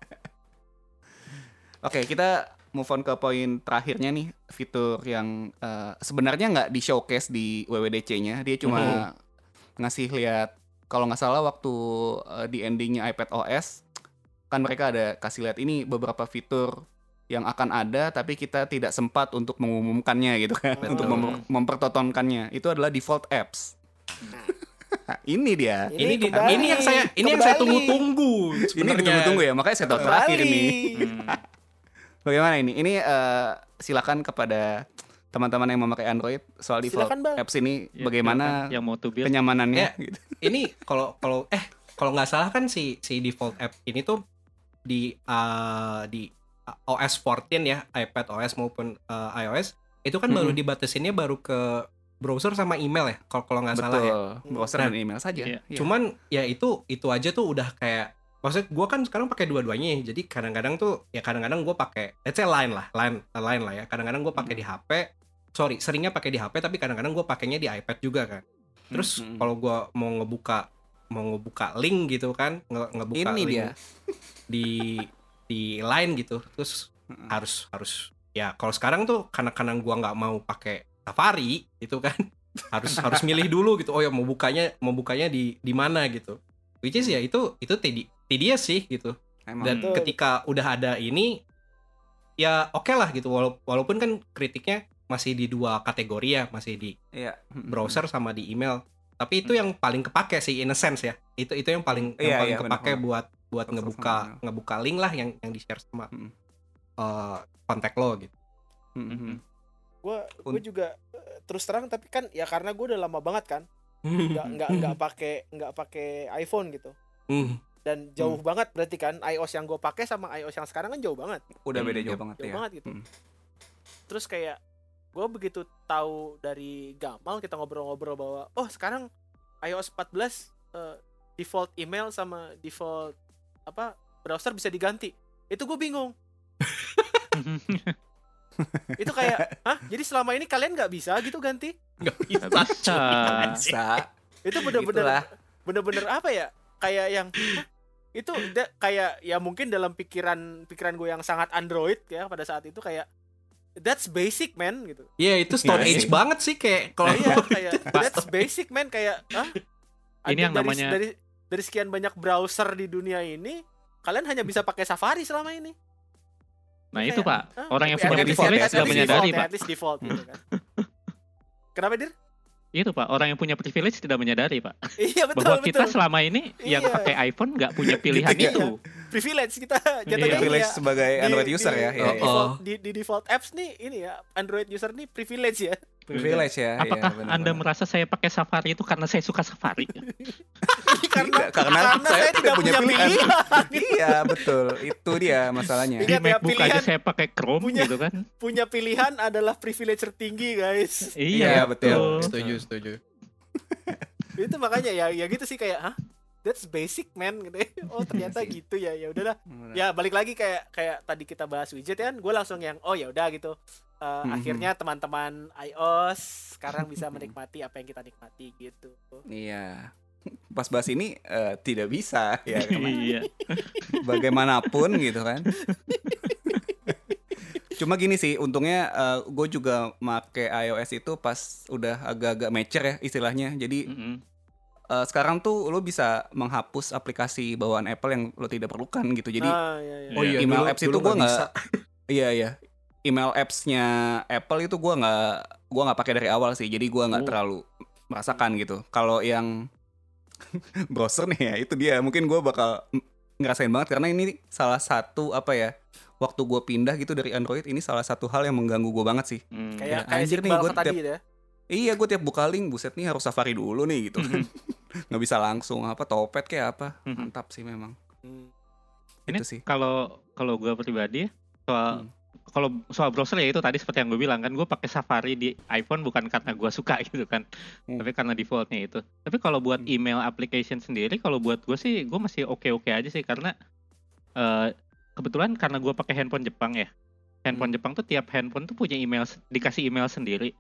Oke, kita move on ke poin terakhirnya nih, fitur yang eh, sebenarnya nggak di showcase di W W D C-nya, dia cuma ngasih lihat kalau nggak salah waktu eh, di endingnya iPad O S kan mereka ada kasih lihat ini beberapa fitur yang akan ada tapi kita tidak sempat untuk mengumumkannya gitu kan, Betul. untuk mem- mempertontonkannya. Itu adalah default apps. Ini dia. Ini di- kembali, ini yang saya ini yang saya kembali. tunggu-tunggu Ini sebenarnya. ditunggu-tunggu ya, makanya saya tahu terakhir Kembali. ini. Hmm. Bagaimana ini? Ini eh, silakan kepada teman-teman yang memakai Android soal default Silakan, Bang. apps ini Ya, bagaimana silakan. yang mau to build. kenyamanannya Ya. gitu. Ini kalau kalau eh kalau nggak salah kan si si default app ini tuh di uh, di O S empat belas ya, iPad O S maupun uh, iOS itu kan baru Mm-mm. dibatasinnya baru ke browser sama email ya, kalau kalau nggak salah ya. Betul. Browser Nah, dan email saja. iya. Iya. Cuman ya itu itu aja tuh udah kayak maksud gue kan sekarang pakai dua-duanya ya. Jadi kadang-kadang tuh ya kadang-kadang gue pakai let's say Line lah, Line Line lah ya. Kadang-kadang gue pakai di H P. Sorry, seringnya pakai di H P tapi kadang-kadang gue pakainya di iPad juga kan. Terus Mm-mm. kalau gue mau ngebuka mau ngebuka link gitu kan, nge- ngebuka Ini link dia. di di Line gitu. Terus Mm-mm. harus harus ya kalau sekarang tuh karena karena gue nggak mau pakai Safari itu kan harus harus milih dulu gitu. Oh ya mau bukanya mau bukanya di di mana gitu. Which is ya itu itu tedi tedious sih gitu. Emang. Dan Betul. ketika udah ada ini ya oke lah gitu. Wala- walaupun kan kritiknya masih di dua kategori ya, masih di Iya. browser sama di email. Tapi itu yang paling kepake sih in a sense ya. Itu itu yang paling yang Iya, paling iya, kepake benar. buat buat Browser ngebuka sama email. ngebuka link lah yang yang di-share sama Mm. eh, kontak lo gitu. Mm-mm. gue gue Un- juga eh, terus terang, tapi kan ya karena gue udah lama banget kan nggak nggak nggak pakai nggak pakai iPhone gitu. Hmm. Dan jauh hmm. banget berarti kan iOS yang gue pakai sama iOS yang sekarang kan jauh banget. Udah beda Hmm, jauh jauh banget Jauh ya. banget gitu. Hmm. Terus kayak gue begitu tahu dari Gamal, kita ngobrol-ngobrol bahwa oh sekarang iOS empat belas uh, default email sama default apa browser bisa diganti. Itu gue bingung. Itu kayak, hah? Jadi selama ini kalian nggak bisa gitu ganti? Nggak Nggak bisa. bisa. Bisa. Itu bener-bener Itulah. bener-bener apa ya? Kayak yang hah? Itu da- kayak ya mungkin dalam pikiran pikiran gue yang sangat Android ya pada saat itu kayak that's basic man gitu. Iya, itu Stone Nah, Age ini- banget sih kayak kalau Iya kayak that's basic man kayak ah Ini yang dari, namanya- dari dari sekian banyak browser di dunia ini kalian hanya bisa pakai Safari selama ini. Nah Kayak, itu Pak, ah, orang yang at punya least- privilege at sudah least menyadari default, ya, Pak. at least default gitu kan. Kenapa Dir? Itu Pak, orang yang punya privilege tidak menyadari Pak. Iya betul Bahwa betul. kita selama ini yang Iya. pakai iPhone nggak punya pilihan Gitu ya. itu. Privilege kita jatuhnya Iya. Privilege ya. sebagai Android user ya. di, ya, ya. default, Oh. di, di default apps nih ini ya Android user nih privilege ya. Privilege ya. Apakah ya, benar, Anda benar. merasa saya pakai Safari itu karena saya suka Safari? karena, Tidak, karena saya tidak punya pilihan. pilihan. Iya betul, itu dia masalahnya. Di Ingat ya, MacBook aja pilihan- saya pakai Chrome punya- gitu kan. Punya pilihan adalah privilege tertinggi guys. Iya, Iya, betul. setuju, setuju. Itu makanya ya ya gitu sih kayak hah that's basic man gitu ya. Oh ternyata gitu ya, ya udahlah. Ya balik lagi kayak kayak tadi kita bahas widget kan, gue langsung yang oh ya udah gitu. Uh, Mhm. Akhirnya teman-teman iOS sekarang bisa menikmati apa yang kita nikmati gitu. Iya. Pas bahas ini eh, tidak bisa ya karena Iya. bagaimanapun gitu kan. Cuma gini sih, untungnya gue juga make iOS itu pas udah agak-agak mature ya istilahnya. Jadi Mm-mm. eh, sekarang tuh lo bisa menghapus aplikasi bawaan Apple yang lo tidak perlukan gitu. Jadi Ah, iya, iya. Oh iya, email dulu- apps dulu itu gue nggak nggak, bisa. iya iya, email appsnya Apple itu gue nggak, gue nggak pakai dari awal sih. Jadi gue nggak Oh. terlalu merasakan gitu. Kalau yang browser nih ya, itu dia. Mungkin gue bakal m- ngerasain banget karena ini salah satu apa ya, waktu gue pindah gitu dari Android, ini salah satu hal yang mengganggu gue banget sih. Hmm. Kayak Ya, kayak anjir si nih, Iqbal gua ke tadi tiap- ya. Iya, gue tiap buka link, buset nih harus Safari dulu nih gitu kan. Nggak bisa langsung apa Topet kayak apa. Mhm. Mantap sih memang. Hmm. Ini Itu sih. kalau kalau gue pribadi ya, soal Hmm. kalau soal browser ya itu tadi seperti yang gue bilang kan, gue pakai Safari di iPhone bukan karena gue suka gitu kan, Hmm. tapi karena defaultnya itu. Tapi kalau buat Hmm. email application sendiri, kalau buat gue sih gue masih oke-oke aja sih karena eh, kebetulan karena gue pakai handphone Jepang ya. Handphone Hmm. Jepang tuh tiap handphone tuh punya email, dikasih email sendiri.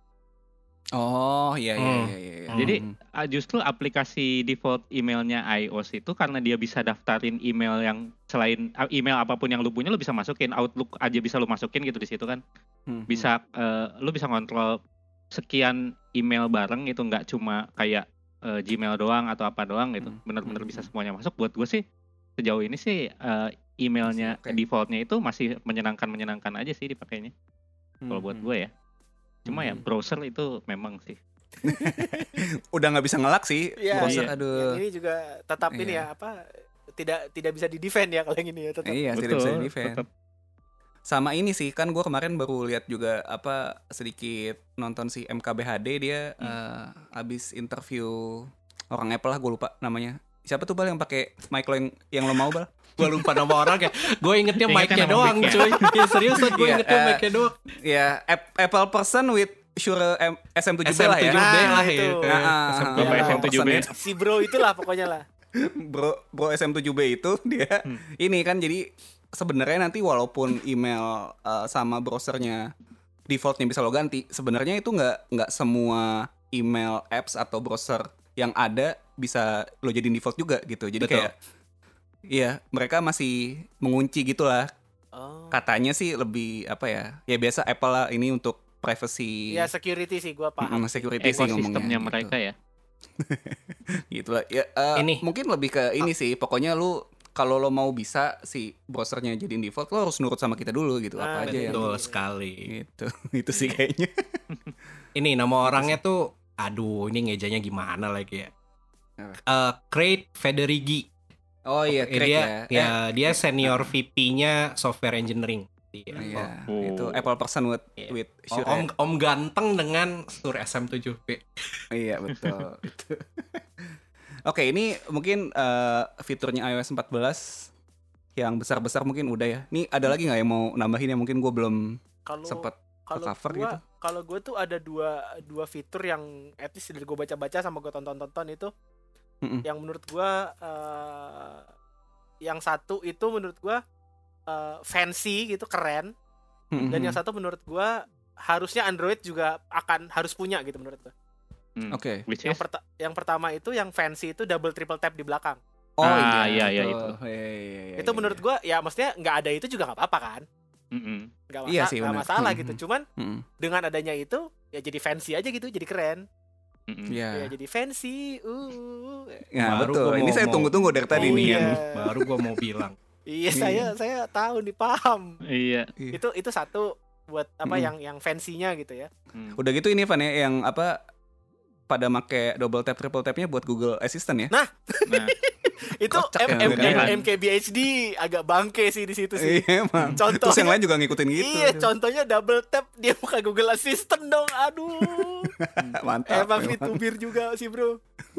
Oh iya iya Hmm. iya iya. iya. Jadi Hmm. ah, justru aplikasi default emailnya iOS itu karena dia bisa daftarin email yang selain ah, email apapun yang lu punya lu bisa masukin, Outlook aja bisa lu masukin gitu di situ kan. Hmm. Bisa eh, lu bisa ngontrol sekian email bareng itu, nggak cuma kayak eh, Gmail doang atau apa doang gitu. Hmm. Bener-bener Hmm. bisa semuanya masuk. Buat gue sih sejauh ini sih eh, emailnya Masih oke. defaultnya itu masih menyenangkan-menyenangkan aja sih dipakainya. Kalau buat Hmm. gue ya. Cuma ya Hmm. browser itu memang sih. Udah nggak bisa ngelak sih. Iya, Browser, iya. aduh. Yang ini juga tetap ini Iya. ya apa tidak tidak bisa di defend ya kalau yang ini ya tetap. Iya, tidak bisa di defend. tetap. Sama ini sih, kan gue kemarin baru lihat juga apa sedikit nonton si M K B H D, dia eh, abis interview orang Apple lah, gue lupa namanya. Siapa tuh Bal yang pakai mic lo yang, yang lo mau Bal? Gue lupa nama orang ya. Gue ingetnya Ingetnya mic-nya nama doang, mic-nya. cuy. Ya seriusan gue Iya, ingetnya eh, mic-nya doang. Ya, Ap- Apple person with Shure M- S M tujuh B lah ya. S M tujuh B Nah, lah itu. ya. Nah, ah, S M ah, tujuh B. Bapak Apple S M tujuh B. person itu. Si bro itulah pokoknya lah. bro bro S M tujuh B itu dia Hmm. ini kan, jadi sebenarnya nanti walaupun email uh, sama browsernya defaultnya bisa lo ganti, sebenarnya itu nggak nggak semua email apps atau browser yang ada bisa lo jadiin default juga gitu. Jadi Betul. kayak iya, mereka masih mengunci gitulah. Oh. Katanya sih lebih apa ya? Ya biasa Apple lah ini untuk privacy, Ya security sih gua paham. mm, security sih ngomongnya. Ekosistemnya gitu. mereka ya. Gitu lah. Ya, eh, Ini. mungkin lebih ke ini sih. Pokoknya lu kalau lo mau bisa si browsernya jadiin default, lo harus nurut sama kita dulu gitu. Ah, Apa aja yang Betul sekali. gitu. Itu sih kayaknya. Ini nama orangnya tuh, aduh ini ngejanya gimana lagi ya? Apa? Eh, Craig Federighi. Oh iya, Eh, Craig dia, ya. ya dia senior V P-nya software engineering. Iya. Iya, Oh. itu Apple person with Iya. with Oh, sure. om om ganteng dengan Sur S M tujuh B. Iya, betul. Itu. Oke, ini mungkin eh, fiturnya i O S empat belas yang besar-besar mungkin udah ya. Nih ada lagi nggak yang mau nambahin yang mungkin gue belum Kalau sempat kalau cover gua gitu? kalau gue tuh ada dua dua fitur yang at least dari gue baca-baca sama gue tonton-tonton itu Mm-mm. yang menurut gue eh, yang satu itu menurut gue eh, fancy gitu, keren, Mm-mm. dan yang satu menurut gue harusnya Android juga akan harus punya gitu menurut gue. Hmm. Oke. Which Yang, is perta- yang pertama itu yang fancy itu double triple tap di belakang. Oh Ah, iya, iya, iya, betul. itu. Iya, iya, iya, itu iya, menurut iya. gue ya maksudnya nggak ada itu juga nggak apa-apa kan, mm-mm. nggak Iya masa- sih, nggak benar. masalah Hmm. gitu. Cuman Mm-mm. dengan adanya itu ya jadi fancy aja gitu, jadi keren. Mm-mm. Iya. Ya jadi fancy. Uh. Ya, Baru betul. gua Ini mau- saya mau- tunggu-tunggu dari tadi Oh, nih iya. yang Baru gua mau bilang. Iya, Iya. saya saya tahu nih, paham. Iya. Iya. Itu itu satu buat apa Mm-mm. yang yang fancy-nya gitu ya. Hmm. Udah gitu ini Van ya yang apa pada make double tap triple tapnya buat Google Assistant ya. Nah, Itu Kocak M- ya, M- beneran. M- M K B H D agak bangke sih di situ sih. Iya emang. Contohnya- Terus yang lain juga ngikutin gitu. Iya, contohnya double tap dia buka Google Assistant dong. Aduh. Mantap. Emang memang. ditubir juga sih, Bro.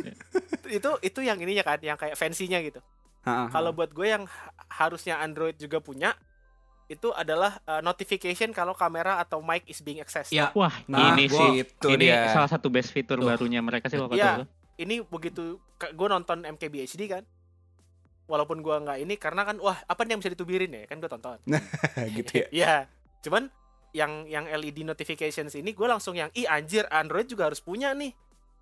itu itu yang ininya kan, yang kayak fancy-nya gitu. Ha, ha, ha. Kalau buat gue yang ha- harusnya Android juga punya itu adalah uh, notification kalau kamera atau mic is being accessed. Ya, wah, Nah, ini gua- sih itu ini dia. salah satu best fitur Tuh. barunya mereka sih kalau Iya. kata gue. Ini begitu gue nonton M K B H D kan, walaupun gue nggak ini karena kan wah apa nih yang bisa ditubirin ya kan gue tonton. gitu ya. Iya, cuman yang yang L E D notifications ini gue langsung yang ih anjir, Android juga harus punya nih.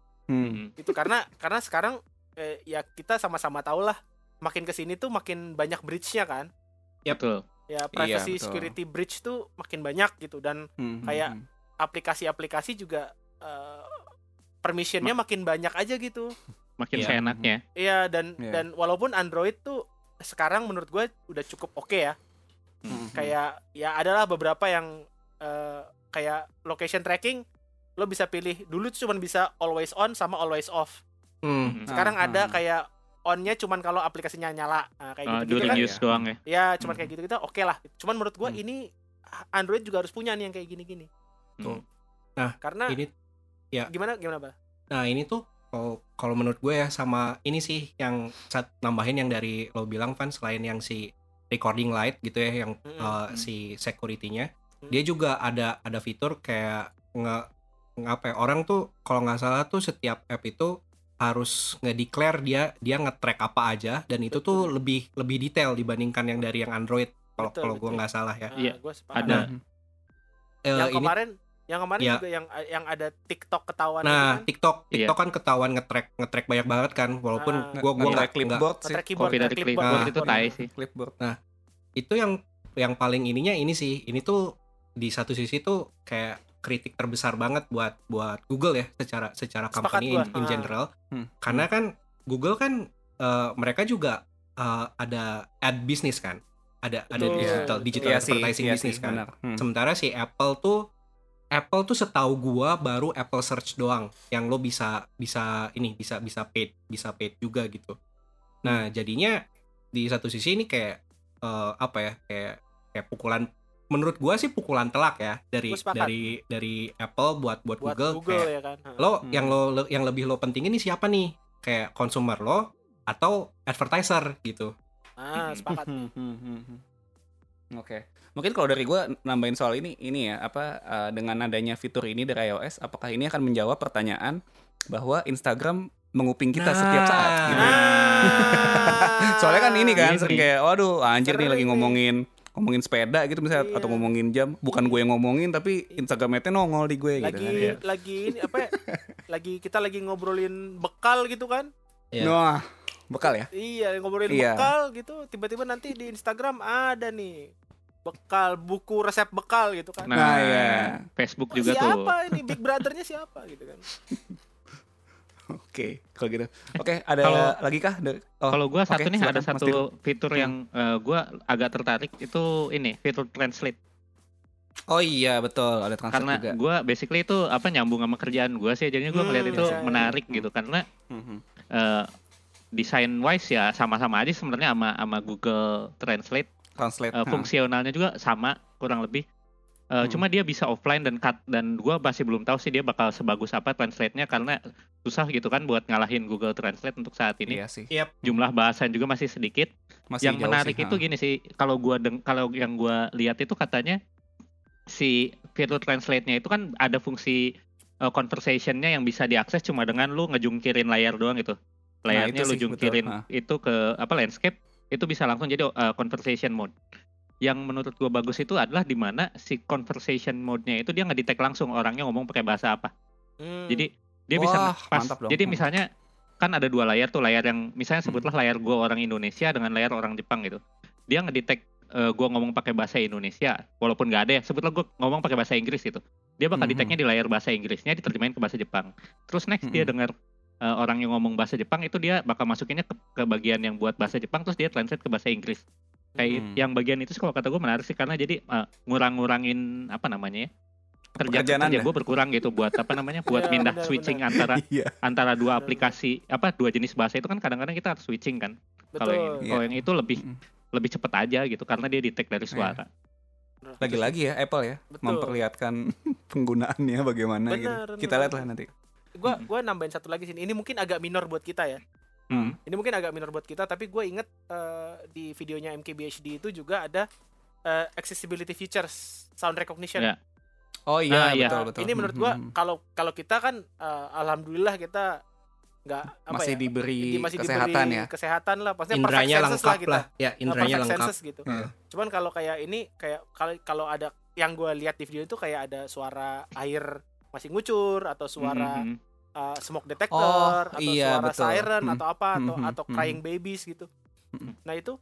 Hmm. Itu karena karena sekarang eh, ya kita sama-sama tahu lah makin kesini tuh makin banyak breach-nya kan. Betul. Ya privacy betul. security breach tuh makin banyak gitu, dan Hmm, Kayak- hmm, aplikasi-aplikasi juga eh, permissionnya makin banyak aja gitu. Makin Iya. seenaknya. Iya, dan Iya. dan walaupun Android tuh sekarang menurut gue udah cukup oke ya. hmm, hmm. Kayak ya adalah beberapa yang eh, kayak location tracking lo bisa pilih, dulu tuh cuman bisa always on sama always off. Hmm. Sekarang Ah, ada ah. kayak on-nya cuman kalau aplikasinya nyala. Nah, kayak Uh, gitu-gitu during kan. use doang ya. Ya, cuman Hmm. kayak gitu-gitu oke lah. Cuman menurut gue Hmm. ini Android juga harus punya nih yang kayak gini-gini. Tuh. Nah, Karena Ini gimana gimana, Pak? Nah ini tuh kalau kalau menurut gue ya sama ini sih yang saat nambahin yang dari lo bilang Van, selain yang si recording light gitu ya yang Mm-mm. uh, Mm. si security-nya, Mm. dia juga ada ada fitur kayak nge ngapa ya, orang tuh kalau nggak salah tuh setiap app itu harus nge-declare dia dia nge-track apa aja, dan itu tuh Betul. lebih lebih detail dibandingkan yang dari yang Android kalau Betul, kalau gue betul. nggak salah ya. Ah, Iya, gua sepakat. ada. Hmm. Eh, Yang ini kemarin yang kemarin Ya. juga yang yang ada TikTok ketahuan gitu nah kan. TikTok Iya. TikTok kan ketahuan nge-track nge-track banyak banget kan, walaupun Ah. gue gue Nge-track nggak nggak clipboard sih. Nge-track keyboard, Copy dari nge-track clipboard Nah, itu tai sih. Clipboard. itu yang yang paling ininya ini sih, ini tuh di satu sisi tuh kayak kritik terbesar banget buat buat Google ya secara secara Sepakat company gua. in, in Ah. general. Hmm. Karena kan Google kan eh, mereka juga eh, ada ad business kan, ada ada Betul, digital betul. digital Iya sih, advertising iya business sih, kan. benar. Hmm. Sementara si Apple tuh Apple tuh setahu gua baru Apple Search doang yang lo bisa bisa ini bisa bisa paid bisa paid juga gitu. Nah jadinya di satu sisi ini kayak eh, apa ya kayak kayak pukulan, menurut gua sih pukulan telak ya dari Gua sepakat. dari dari Apple buat buat, buat Google, Google, kayak ya kan. Ah. lo Hmm. yang lo lo- yang lebih lo pentingin ini siapa nih, kayak consumer lo atau advertiser gitu. Ah, sepakat. Hmm, hmm, hmm, hmm. Oke, mungkin kalau dari gue nambahin soal ini, ini ya apa uh, dengan adanya fitur ini dari iOS, apakah ini akan menjawab pertanyaan bahwa Instagram menguping kita setiap saat? Gitu. Nah. Soalnya kan ini kan Ini sering nih. kayak, waduh anjir nih Sering lagi nih. ngomongin ngomongin sepeda gitu misalnya Iya. atau ngomongin jam, bukan gue yang ngomongin tapi Instagramnya nongol di gue gitu lagi kan. Iya. lagi ini apa ya? lagi kita lagi ngobrolin bekal gitu kan. Ya. Wah, bekal ya? Iya, ngobrolin Iya. bekal gitu, tiba-tiba nanti di Instagram ada nih bekal, buku resep bekal gitu kan. Nah, Nah, iya. Facebook Wah, juga tuh. siapa ini Big Brother-nya siapa gitu kan. Oke, kalau gitu. Oke, ada Kalau- lagi kah? Dari- oh, Kalau gua oke, satu nih silakan, ada Mas satu Dino. fitur yang eh, gua agak tertarik itu ini fitur translate. Oh iya betul, ada translate Karena juga. gua basically itu apa nyambung sama kerjaan gua sih, jadinya gua Hmm, ngeliat itu iya, iya. menarik gitu karena Mhm. eh, desain wise ya sama-sama aja sebenarnya sama sama Google Translate. Translate. Eh, Hah. fungsionalnya juga sama, kurang lebih. Uh, Hmm. Cuma dia bisa offline dan cut, dan gua masih belum tahu sih dia bakal sebagus apa translate-nya, karena susah gitu kan buat ngalahin Google Translate untuk saat ini. Iya sih. Yep. Jumlah bahasa juga masih sedikit. Masih Yang jauh menarik sih, itu ha. gini sih, kalau gua deng kalau yang gua lihat itu katanya si fitur translate-nya itu kan ada fungsi uh, conversation-nya yang bisa diakses cuma dengan lu ngejungkirin layar doang gitu. Layarnya itu lu sih, jungkirin betul, ha. itu ke apa landscape, itu bisa langsung jadi uh, conversation mode. Yang menurut gua bagus itu adalah di mana si conversation mode-nya itu dia ngedetect langsung orangnya ngomong pakai bahasa apa. Hmm. Jadi dia bisa Wah, pas. mantap dong. Jadi Hmm. misalnya kan ada dua layar tuh, layar yang misalnya sebutlah layar gua orang Indonesia dengan layar orang Jepang gitu. Dia ngedetect uh, gua ngomong pakai bahasa Indonesia, walaupun nggak ada ya. Sebutlah gua ngomong pakai bahasa Inggris gitu. Dia bakal Mhm. detect-nya di layar bahasa Inggrisnya diterjemahin ke bahasa Jepang. Terus next dia Mhm. dengar uh, orang yang ngomong bahasa Jepang itu dia bakal masukinnya ke, ke bagian yang buat bahasa Jepang, terus dia translate ke bahasa Inggris. Kayak Hmm. yang bagian itu sih kalau kata gue menarik sih, karena jadi uh, ngurang-ngurangin apa namanya ya, kerja Pekerjaan kerja Anda. gue berkurang gitu buat apa namanya buat Ya, pindah benar, switching benar. antara Iya. antara dua Benar, aplikasi apa dua jenis bahasa itu kan kadang-kadang kita harus switching kan. Kalau yang ini, Betul. kalau Iya. yang itu lebih Mhm. lebih cepet aja gitu karena dia detect dari Iya. suara. Lagi-lagi ya Apple ya Betul. memperlihatkan penggunaannya bagaimana gitu. Benar, Kita benar. lihat lah nanti. Gua Mm-mm. gua nambahin satu lagi sini. Ini mungkin agak minor buat kita ya. Hmm. Ini mungkin agak minor buat kita, tapi gue inget eh, di videonya M K B H D itu juga ada eh, accessibility features, sound recognition. Ya. Oh iya, Ah, iya. betul Eh, betul. Ini menurut gua Mhm. kalau kalau kita kan eh, alhamdulillah kita nggak apa masih ya, diberi di- masih kesehatan diberi ya. kesehatan lah, maksudnya Indranya perfect senses lengkap kita. lah. Ya, Nah, indranya perfect lengkap. senses gitu. Heeh. Cuman kalau kayak ini kayak kalau kalau ada yang gue lihat di video itu kayak ada suara air masih ngucur atau suara Mhm. uh, smoke detector Oh, atau iya, suara betul. siren Hmm. atau apa atau Hmm, hmm, atau hmm. crying babies gitu. Hmm. Nah itu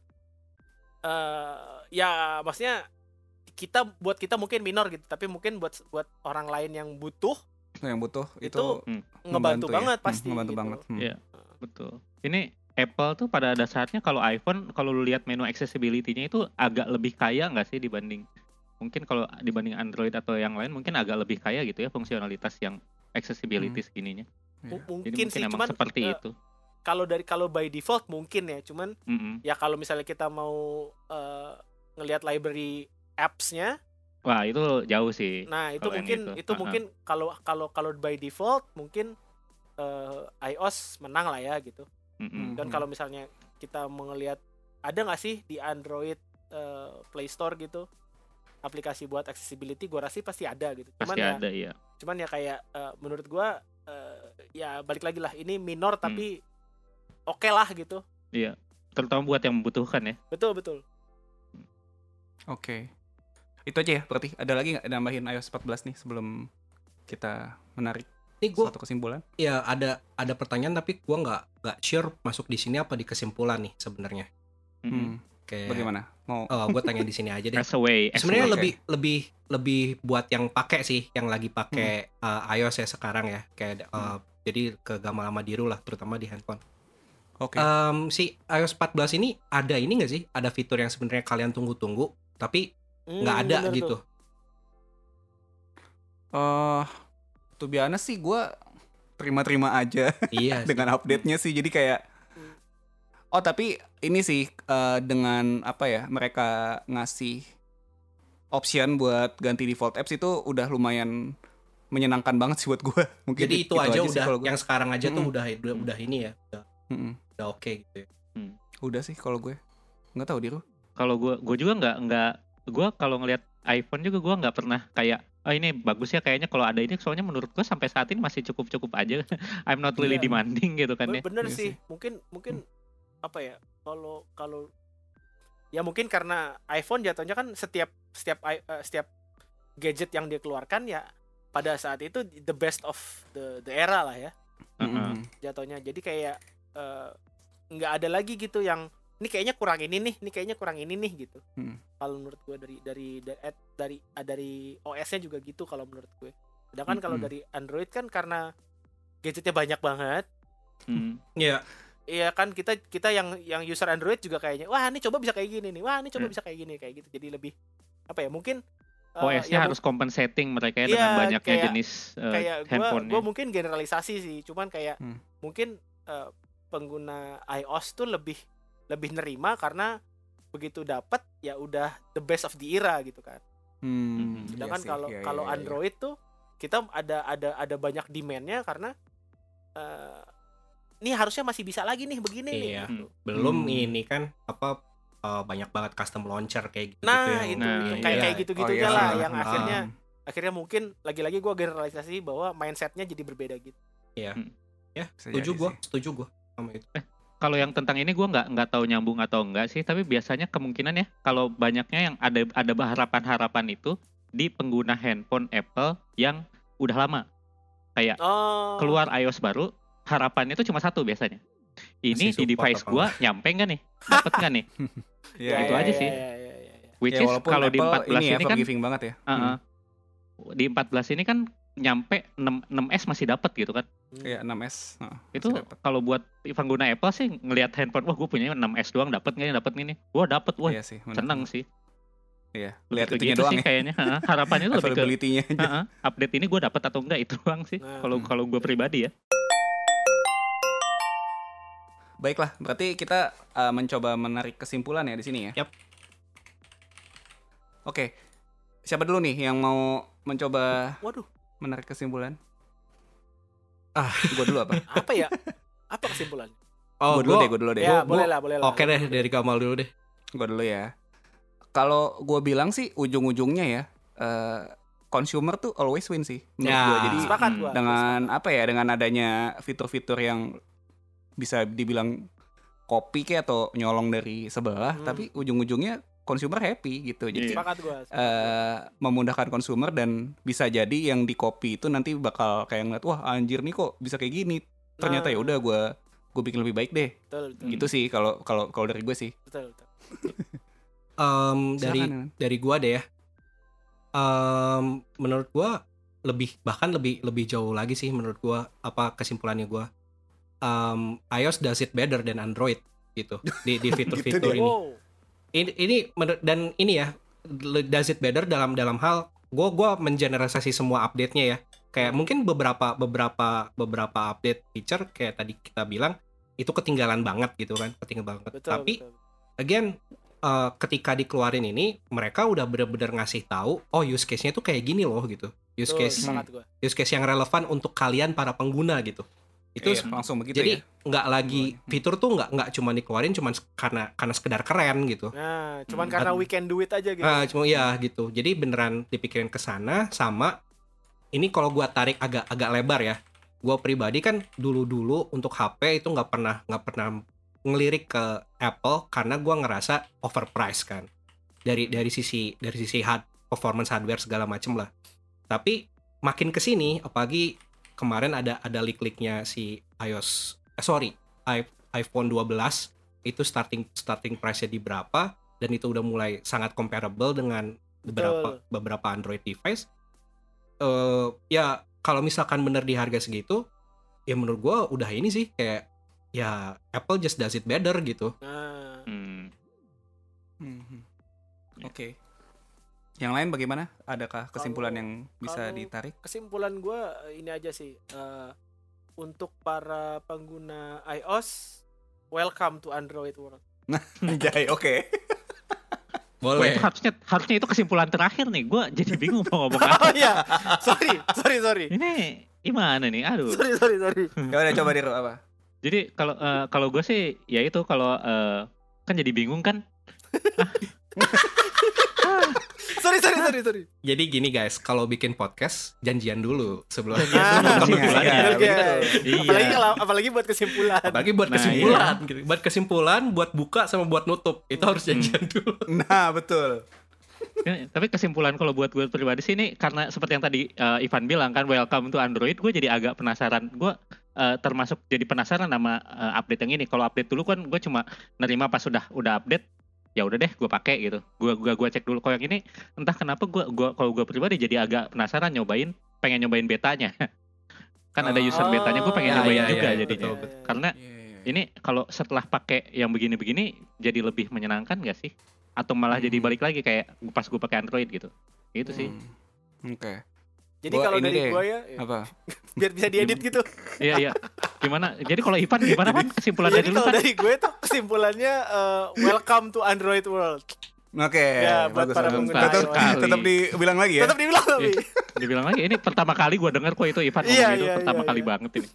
eh ya maksudnya kita buat kita mungkin minor gitu, tapi mungkin buat buat orang lain yang butuh Yang butuh itu, itu Hmm. ngebantu membantu ya. banget Hmm, pasti ngebantu gitu. banget. Hmm. Iya. Betul. Ini Apple tuh pada dasarnya kalau iPhone kalau lu lihat menu accessibility-nya itu agak lebih kaya nggak sih dibanding mungkin kalau dibanding Android atau yang lain mungkin agak lebih kaya gitu ya fungsionalitas yang accessibility segininya. M- Iya. Mungkin Jadi mungkin sih, emang cuman seperti eh, itu. kalau dari kalau by default mungkin ya, cuman Mm-mm. ya kalau misalnya kita mau eh, ngelihat library apps-nya, Wah itu jauh sih. nah itu kalau yang mungkin itu. itu Ha-ha. mungkin kalau kalau kalau by default mungkin eh, iOS menang lah ya gitu. Mm-mm. Dan Hmm. kalau misalnya kita mau ngelihat ada nggak sih di Android eh, Play Store gitu aplikasi buat accessibility, gua rasa sih pasti ada gitu. Cuman Pasti ya ada ya. cuman ya kayak eh, menurut gua eh, ya balik lagi lah, ini minor Hmm. tapi oke lah gitu. Iya. Terutama buat yang membutuhkan ya. Betul betul. Oke. Itu aja ya berarti. Ada lagi nggak nambahin iOS empat belas nih sebelum kita menarik Ini gue suatu kesimpulan? ya ada ada pertanyaan tapi gua nggak nggak sure masuk di sini apa di kesimpulan nih sebenarnya. Mm-mm. Hmm. Kayak Bagaimana? Mau oh gue tanya di sini aja deh. As a way. as a Sebenarnya way. Oke. lebih lebih lebih buat yang pakai sih, yang lagi pakai uh, iOS ya sekarang ya, kayak uh, jadi ke Gamalama Diru lah, terutama di handphone. Oke. Em, si iOS empat belas ini ada ini nggak sih? Ada fitur yang sebenarnya kalian tunggu-tunggu, tapi Hmm, nggak ada bener gitu. tuh. Eh, to be honest sih gue terima-terima aja Iya. sih. dengan update-nya sih. Jadi kayak oh tapi ini sih eh, dengan apa ya mereka ngasih option buat ganti default apps itu udah lumayan menyenangkan banget sih buat gue. Mungkin Jadi itu aja sih udah kalau gua. yang sekarang aja tuh Mm-mm. udah udah, udah ini ya, udah, Mm-mm. udah oke gitu ya. Udah sih kalau gue nggak tahu Diru. Kalau gue gue juga nggak nggak gue kalau ngelihat iPhone juga gue nggak pernah kayak oh ini bagus ya kayaknya kalau ada ini, soalnya menurut gue sampai saat ini masih cukup cukup aja. I'm not really Iya. demanding gitu kan ya. Be- Bener Iya sih. sih. Mungkin mungkin apa ya? Kalau kalau ya mungkin karena iPhone jatuhnya kan setiap setiap i- eh, setiap gadget yang dia keluarkan ya pada saat itu the best of the the era lah ya Heeh. Mm-mm. jatuhnya. Jadi kayak eh, nggak ada lagi gitu yang ini kayaknya kurang ini nih, ini kayaknya kurang ini nih gitu. Hmm. Kalau menurut gue dari dari da- eh, dari ah, dari O S-nya juga gitu kalau menurut gue. Sedangkan kalau Mm-mm. dari Android kan karena gadgetnya banyak banget. Hmm. Iya. Iya kan kita kita yang yang user Android juga kayaknya wah ini coba bisa kayak gini nih, wah ini coba Hmm. bisa kayak gini kayak gitu. Jadi lebih apa ya mungkin eh, O S-nya ya harus compensating mereka ya Iya, dengan banyaknya kayak- jenis eh, kayak gua handphonenya. gua mungkin generalisasi sih, cuman kayak Hmm. mungkin eh, pengguna iOS tuh lebih lebih nerima karena begitu dapat ya udah the best of the era gitu kan. Hmm, iya Sedangkan sih, kalau iya, kalau iya, iya. Android tuh kita ada ada ada banyak demand-nya karena eh ini harusnya masih bisa lagi nih begini nih. Iya. gitu. Belum Hmm. ini kan apa uh, banyak banget custom launcher kayak gitu Nah, yang itu, Nah, itu iya. kayak kayak gitu-gitu Oh, aja iya. lah Ah, yang ah. akhirnya akhirnya mungkin lagi-lagi gue generalisasi bahwa mindsetnya jadi berbeda gitu. ya Bisa setuju jadi gue sih. setuju gue sama itu. Kalau yang tentang ini gue nggak nggak tahu nyambung atau enggak sih, tapi biasanya kemungkinan ya kalau banyaknya yang ada ada harapan-harapan itu di pengguna handphone Apple yang udah lama, kayak Oh. keluar iOS baru, harapannya itu cuma satu biasanya. Ini Masih di support device apa gua nyampe nggak nih, dapet nggak nih? Iya, itu iya, aja iya. sih. Ya, ya, ya, ya. Which Ya, is walaupun kalau di Apple empat belas ini ya ini kan, forgiving banget ya. uh-uh, Hmm. di empat belas ini kan nyampe enam, enam S masih dapat gitu kan. Iya, enam S. Heeh, Itu masih dapet. kalau buat pengguna Apple sih ngelihat handphone, wah gue punya enam S doang, dapat nggak nih, dapat nggak nih? Wah dapat, wah Iya sih, benar. seneng sih. Iya, Lebih lihat ke itunya gitu doang sih ya. kayaknya. Heeh, harapannya itu lebih ke Availability-nya aja. heeh, update ini gue dapat atau enggak itu doang sih. Nah. Kalau Hmm. kalau gue pribadi ya. Baiklah, berarti kita uh, mencoba menarik kesimpulan ya di sini ya. Yap. Oke. Siapa dulu nih yang mau mencoba Waduh, menarik kesimpulan? Ah. Gua dulu apa? apa ya? Apa kesimpulannya? Oh, gua dulu gua- deh, gua dulu deh. Ya, gua- boleh lah, boleh lah. Oke deh, dari Kamal dulu deh. Gua dulu ya. Kalau gua bilang sih ujung-ujungnya ya, uh, consumer tuh always win sih menurut Ya. gua. Jadi Sepakat Hmm. gua. dengan Sepakat. apa ya, dengan adanya fitur-fitur yang bisa dibilang copy kayak atau nyolong dari sebelah, Hmm. tapi ujung-ujungnya consumer happy gitu. Jadi Iya. Sepakat gua. sepakat gua. eh memudahkan consumer dan bisa jadi yang di copy itu nanti bakal kayak ngeliat, wah anjir nih kok bisa kayak gini. Ternyata Nah. ya udah gue gue bikin lebih baik deh. Betul, betul. Gitu sih kalau kalau kalau dari gue sih. Betul, betul. Em, dari Silakan, Nan. dari gua deh ya. Em, menurut gua lebih bahkan lebih lebih jauh lagi sih menurut gua apa kesimpulannya gua. Em, iOS does it better than Android gitu di di fitur-fitur deh. ini. Wow. Ini ini menur- dan ini ya does it better dalam dalam hal gua gua mengeneralisasi semua update-nya ya. Kayak mungkin beberapa beberapa beberapa update feature kayak tadi kita bilang itu ketinggalan banget gitu kan, ketinggalan banget. Betul, Tapi betul. again uh, ketika dikeluarin ini mereka udah bener-bener ngasih tahu oh use case-nya tuh kayak gini loh gitu, use Betul, case sepakat gua. use case yang relevan untuk kalian para pengguna gitu. Itu Iya, langsung begitu jadi ya. nggak lagi Hmm. fitur tuh nggak nggak cuma dikeluarin cuman karena karena sekedar keren gitu. Nah, cuman Hmm. karena we can do it aja gitu. Ah, cuma ya gitu. Jadi beneran dipikirin ke sana sama ini kalau gua tarik agak agak lebar ya. Gua pribadi kan dulu-dulu untuk H P itu nggak pernah nggak pernah ngelirik ke Apple karena gua ngerasa overpriced kan. Dari dari sisi dari sisi hard performance hardware segala macem lah. Tapi makin kesini apalagi kemarin ada ada leak-leaknya si iOS eh, sorry i- iPhone dua belas itu starting starting price-nya di berapa dan itu udah mulai sangat comparable dengan beberapa beberapa Android device. Eh ya kalau misalkan bener di harga segitu ya menurut gua udah ini sih kayak ya Apple just does it better gitu. Nah, Hmm. Mhm. Ya. Oke. Yang lain bagaimana? Adakah kesimpulan Kalau- yang bisa kalau- ditarik? kesimpulan gua ini aja sih. eh, untuk para pengguna iOS, welcome to Android world. Jai, oke. Wah, itu harusnya harusnya itu kesimpulan terakhir nih. Gue jadi bingung mau ngomong apa. Oh iya, sorry, sorry, sorry. Ini gimana nih? Aduh. Sorry, sorry, sorry. Ya udah coba Diru apa? Jadi kalau eh, kalau gue sih ya itu kalau eh, kan jadi bingung kan. Sorry, sorry, sorry, sorry. Jadi gini guys, kalau bikin podcast janjian dulu sebelum Janjian dulu, Ah, kesimpulannya. iya, Oke. betul. Iya. Apalagi kalau apalagi buat kesimpulan. apalagi buat Nah, kesimpulan gitu. Buat kesimpulan, buat buka sama buat nutup. Itu harus janjian dulu. Nah, betul. Ya, tapi kesimpulan kalau buat gue pribadi sih ini karena seperti yang tadi eh, Ivan bilang kan welcome to Android, gue jadi agak penasaran. Gue eh, termasuk jadi penasaran sama eh, update yang ini. Kalau update dulu kan gue cuma nerima pas sudah udah update, ya udah deh gue pakai gitu. Gue gua gua cek dulu. Kalau yang ini entah kenapa gue gua kalau gue pribadi jadi agak penasaran nyobain, pengen nyobain betanya. Kan ada user Oh, betanya, gue pengen ya, nyobain ya, juga ya, jadinya. betul, betul. Karena ini kalau setelah pakai yang begini-begini jadi lebih menyenangkan gak sih? Atau malah jadi Hmm. balik lagi kayak pas gue pakai Android gitu. Itu sih. Hmm. Oke. Jadi Gua kalau ini dari deh. gua ya, ya, Apa? biar bisa diedit gitu. Iya iya. Gimana? Jadi kalau Ivan gimana Pan? Kesimpulannya Jadi dulu kalau kan? dari gue tuh kesimpulannya eh, welcome to Android world. Oke, Ya, buat bagus. para bagus. pengguna Tetap, iOS. tetap dibilang lagi ya. Tetap dibilang tapi. Iya. Dibilang lagi ini pertama kali gue denger kok itu Ivan Iya, ngomong itu iya, pertama iya, kali iya. banget ini.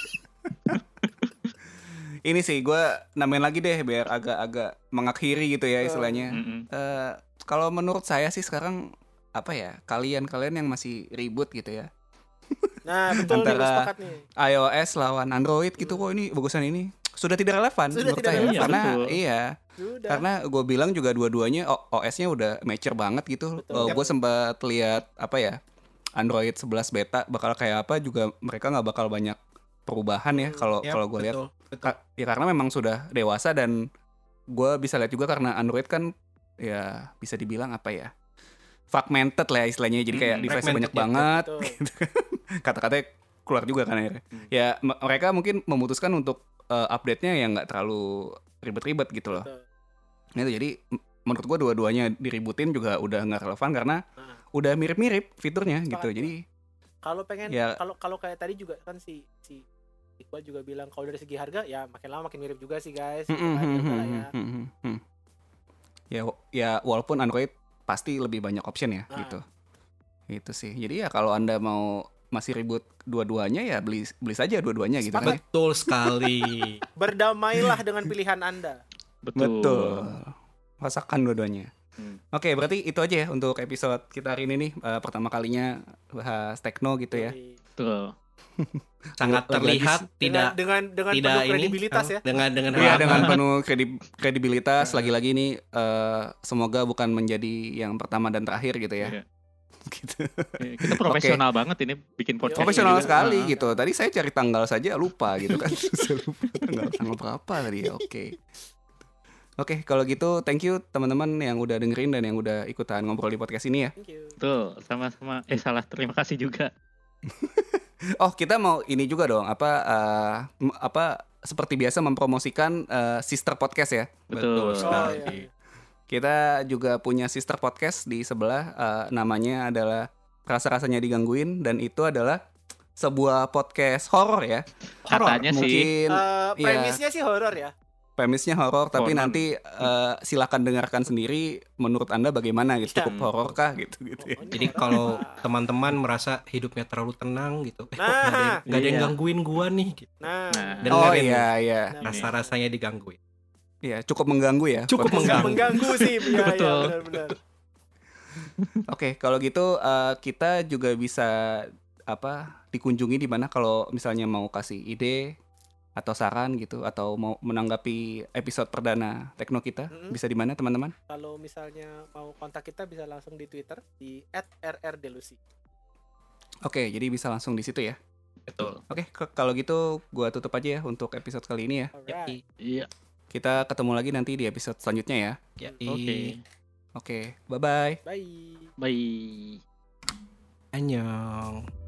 Ini sih gue namain lagi deh biar agak-agak mengakhiri gitu ya istilahnya. Mm-mm. Eh, kalau menurut saya sih sekarang apa ya, kalian-kalian yang masih ribut gitu ya, Nah, betul nih, gue Antara- sepakat nih. iOS lawan Android gitu, kok ini bagusan ini sudah tidak relevan Sudah menurut tidak saya. relevan. Karena Iya, betul. iya, Sudah. karena gue bilang juga dua-duanya O- OS-nya udah mature banget gitu. Betul. Gue sempat lihat apa ya, Android sebelas beta bakal kayak apa juga, mereka nggak bakal banyak perubahan ya Hmm. kalau Yap, kalau gue lihat. betul, betul. Ka- ya karena memang sudah dewasa, dan gue bisa lihat juga karena Android kan ya bisa dibilang apa ya, fragmented lah ya istilahnya, jadi kayak Mm-mm, device-nya banyak fragmented, ya, banget betul. gitu kan. Kata-katanya keluar juga kan akhirnya. Hmm. Ya m- mereka mungkin memutuskan untuk uh, update-nya yang nggak terlalu ribet-ribet gitu loh. Betul. Nah, itu jadi m- menurut gue dua-duanya diributin juga udah nggak relevan karena Nah, udah mirip-mirip fiturnya gitu. Sepakat. Jadi kalau pengen Ya. kalau kalau kayak tadi juga kan si si Iqbal juga bilang kalau dari segi harga ya makin lama makin mirip juga sih guys. Gitu kan, ya udahlah ya. ya ya walaupun Android pasti lebih banyak option ya Ah. gitu. Itu sih. Jadi ya kalau Anda mau masih ribut dua-duanya ya beli beli saja dua-duanya gitu kan. ya. Betul sekali. Berdamailah dengan pilihan Anda. Betul. Betul. Rasakan dua-duanya. Hmm. Oke, berarti itu aja ya untuk episode kita hari ini nih. Eh, pertama kalinya bahas tekno gitu ya. Jadi, Betul. Sangat Lagi-lagi terlihat sih. tidak dengan dengan dengan tidak penuh ini, kredibilitas apa, ya. dengan dengan Iya, hal- dengan penuh kredi- kredibilitas. Lagi-lagi ini eh, semoga bukan menjadi yang pertama dan terakhir gitu ya. Iya. Gitu. Eh, Kita profesional banget ini bikin podcast. Profesional juga. sekali Ah. gitu. Tadi saya cari tanggal saja lupa gitu kan. Saya lupa tanggal, tanggal berapa tadi ya. Oke. Oke, kalau gitu thank you teman-teman yang udah dengerin dan yang udah ikutan ngobrol di podcast ini ya. Thank you. Betul, sama-sama. Eh salah, terima kasih juga. Oh, kita mau ini juga dong, apa eh, m- apa seperti biasa mempromosikan eh, sister podcast ya. Betul. Betul Oh, sekali. iya, iya. Kita juga punya sister podcast di sebelah, eh, namanya adalah Rasa-rasanya digangguin, dan itu adalah sebuah podcast horor ya. Katanya sih. Mungkin Eh, iya. premisnya sih horor ya. premisnya horor, tapi Konon. nanti eh, silakan dengarkan sendiri menurut Anda bagaimana gitu. Ya. Cukup horor kah gitu gitu ya. Pokoknya Jadi horor kalau apa. teman-teman merasa hidupnya terlalu tenang gitu, eh, kok Nah. nggak ada yang- nggak ada yang Iya. gangguin gua nih, gitu. Nah, Nah. Dan- Oh dengerin. iya iya. Nah, Rasa-rasanya digangguin. Iya, cukup mengganggu ya. Cukup podcast. nggak mengganggu. mengganggu sih. Iya, iya, Betul. benar-benar. Oke, kalau gitu eh, kita juga bisa apa dikunjungi di mana kalau misalnya mau kasih ide atau saran gitu, atau mau menanggapi episode perdana Tekno kita, Mm-mm. bisa di mana teman-teman? Kalau misalnya mau kontak kita bisa langsung di Twitter di et r r delusi. Oke, jadi bisa langsung di situ ya. Betul. Oke, ke- kalau gitu gua tutup aja ya untuk episode kali ini ya. Alright. Iya. Kita ketemu lagi nanti di episode selanjutnya ya. Ya, Oke. Oke, bye-bye. Bye. Bye. Annyeong.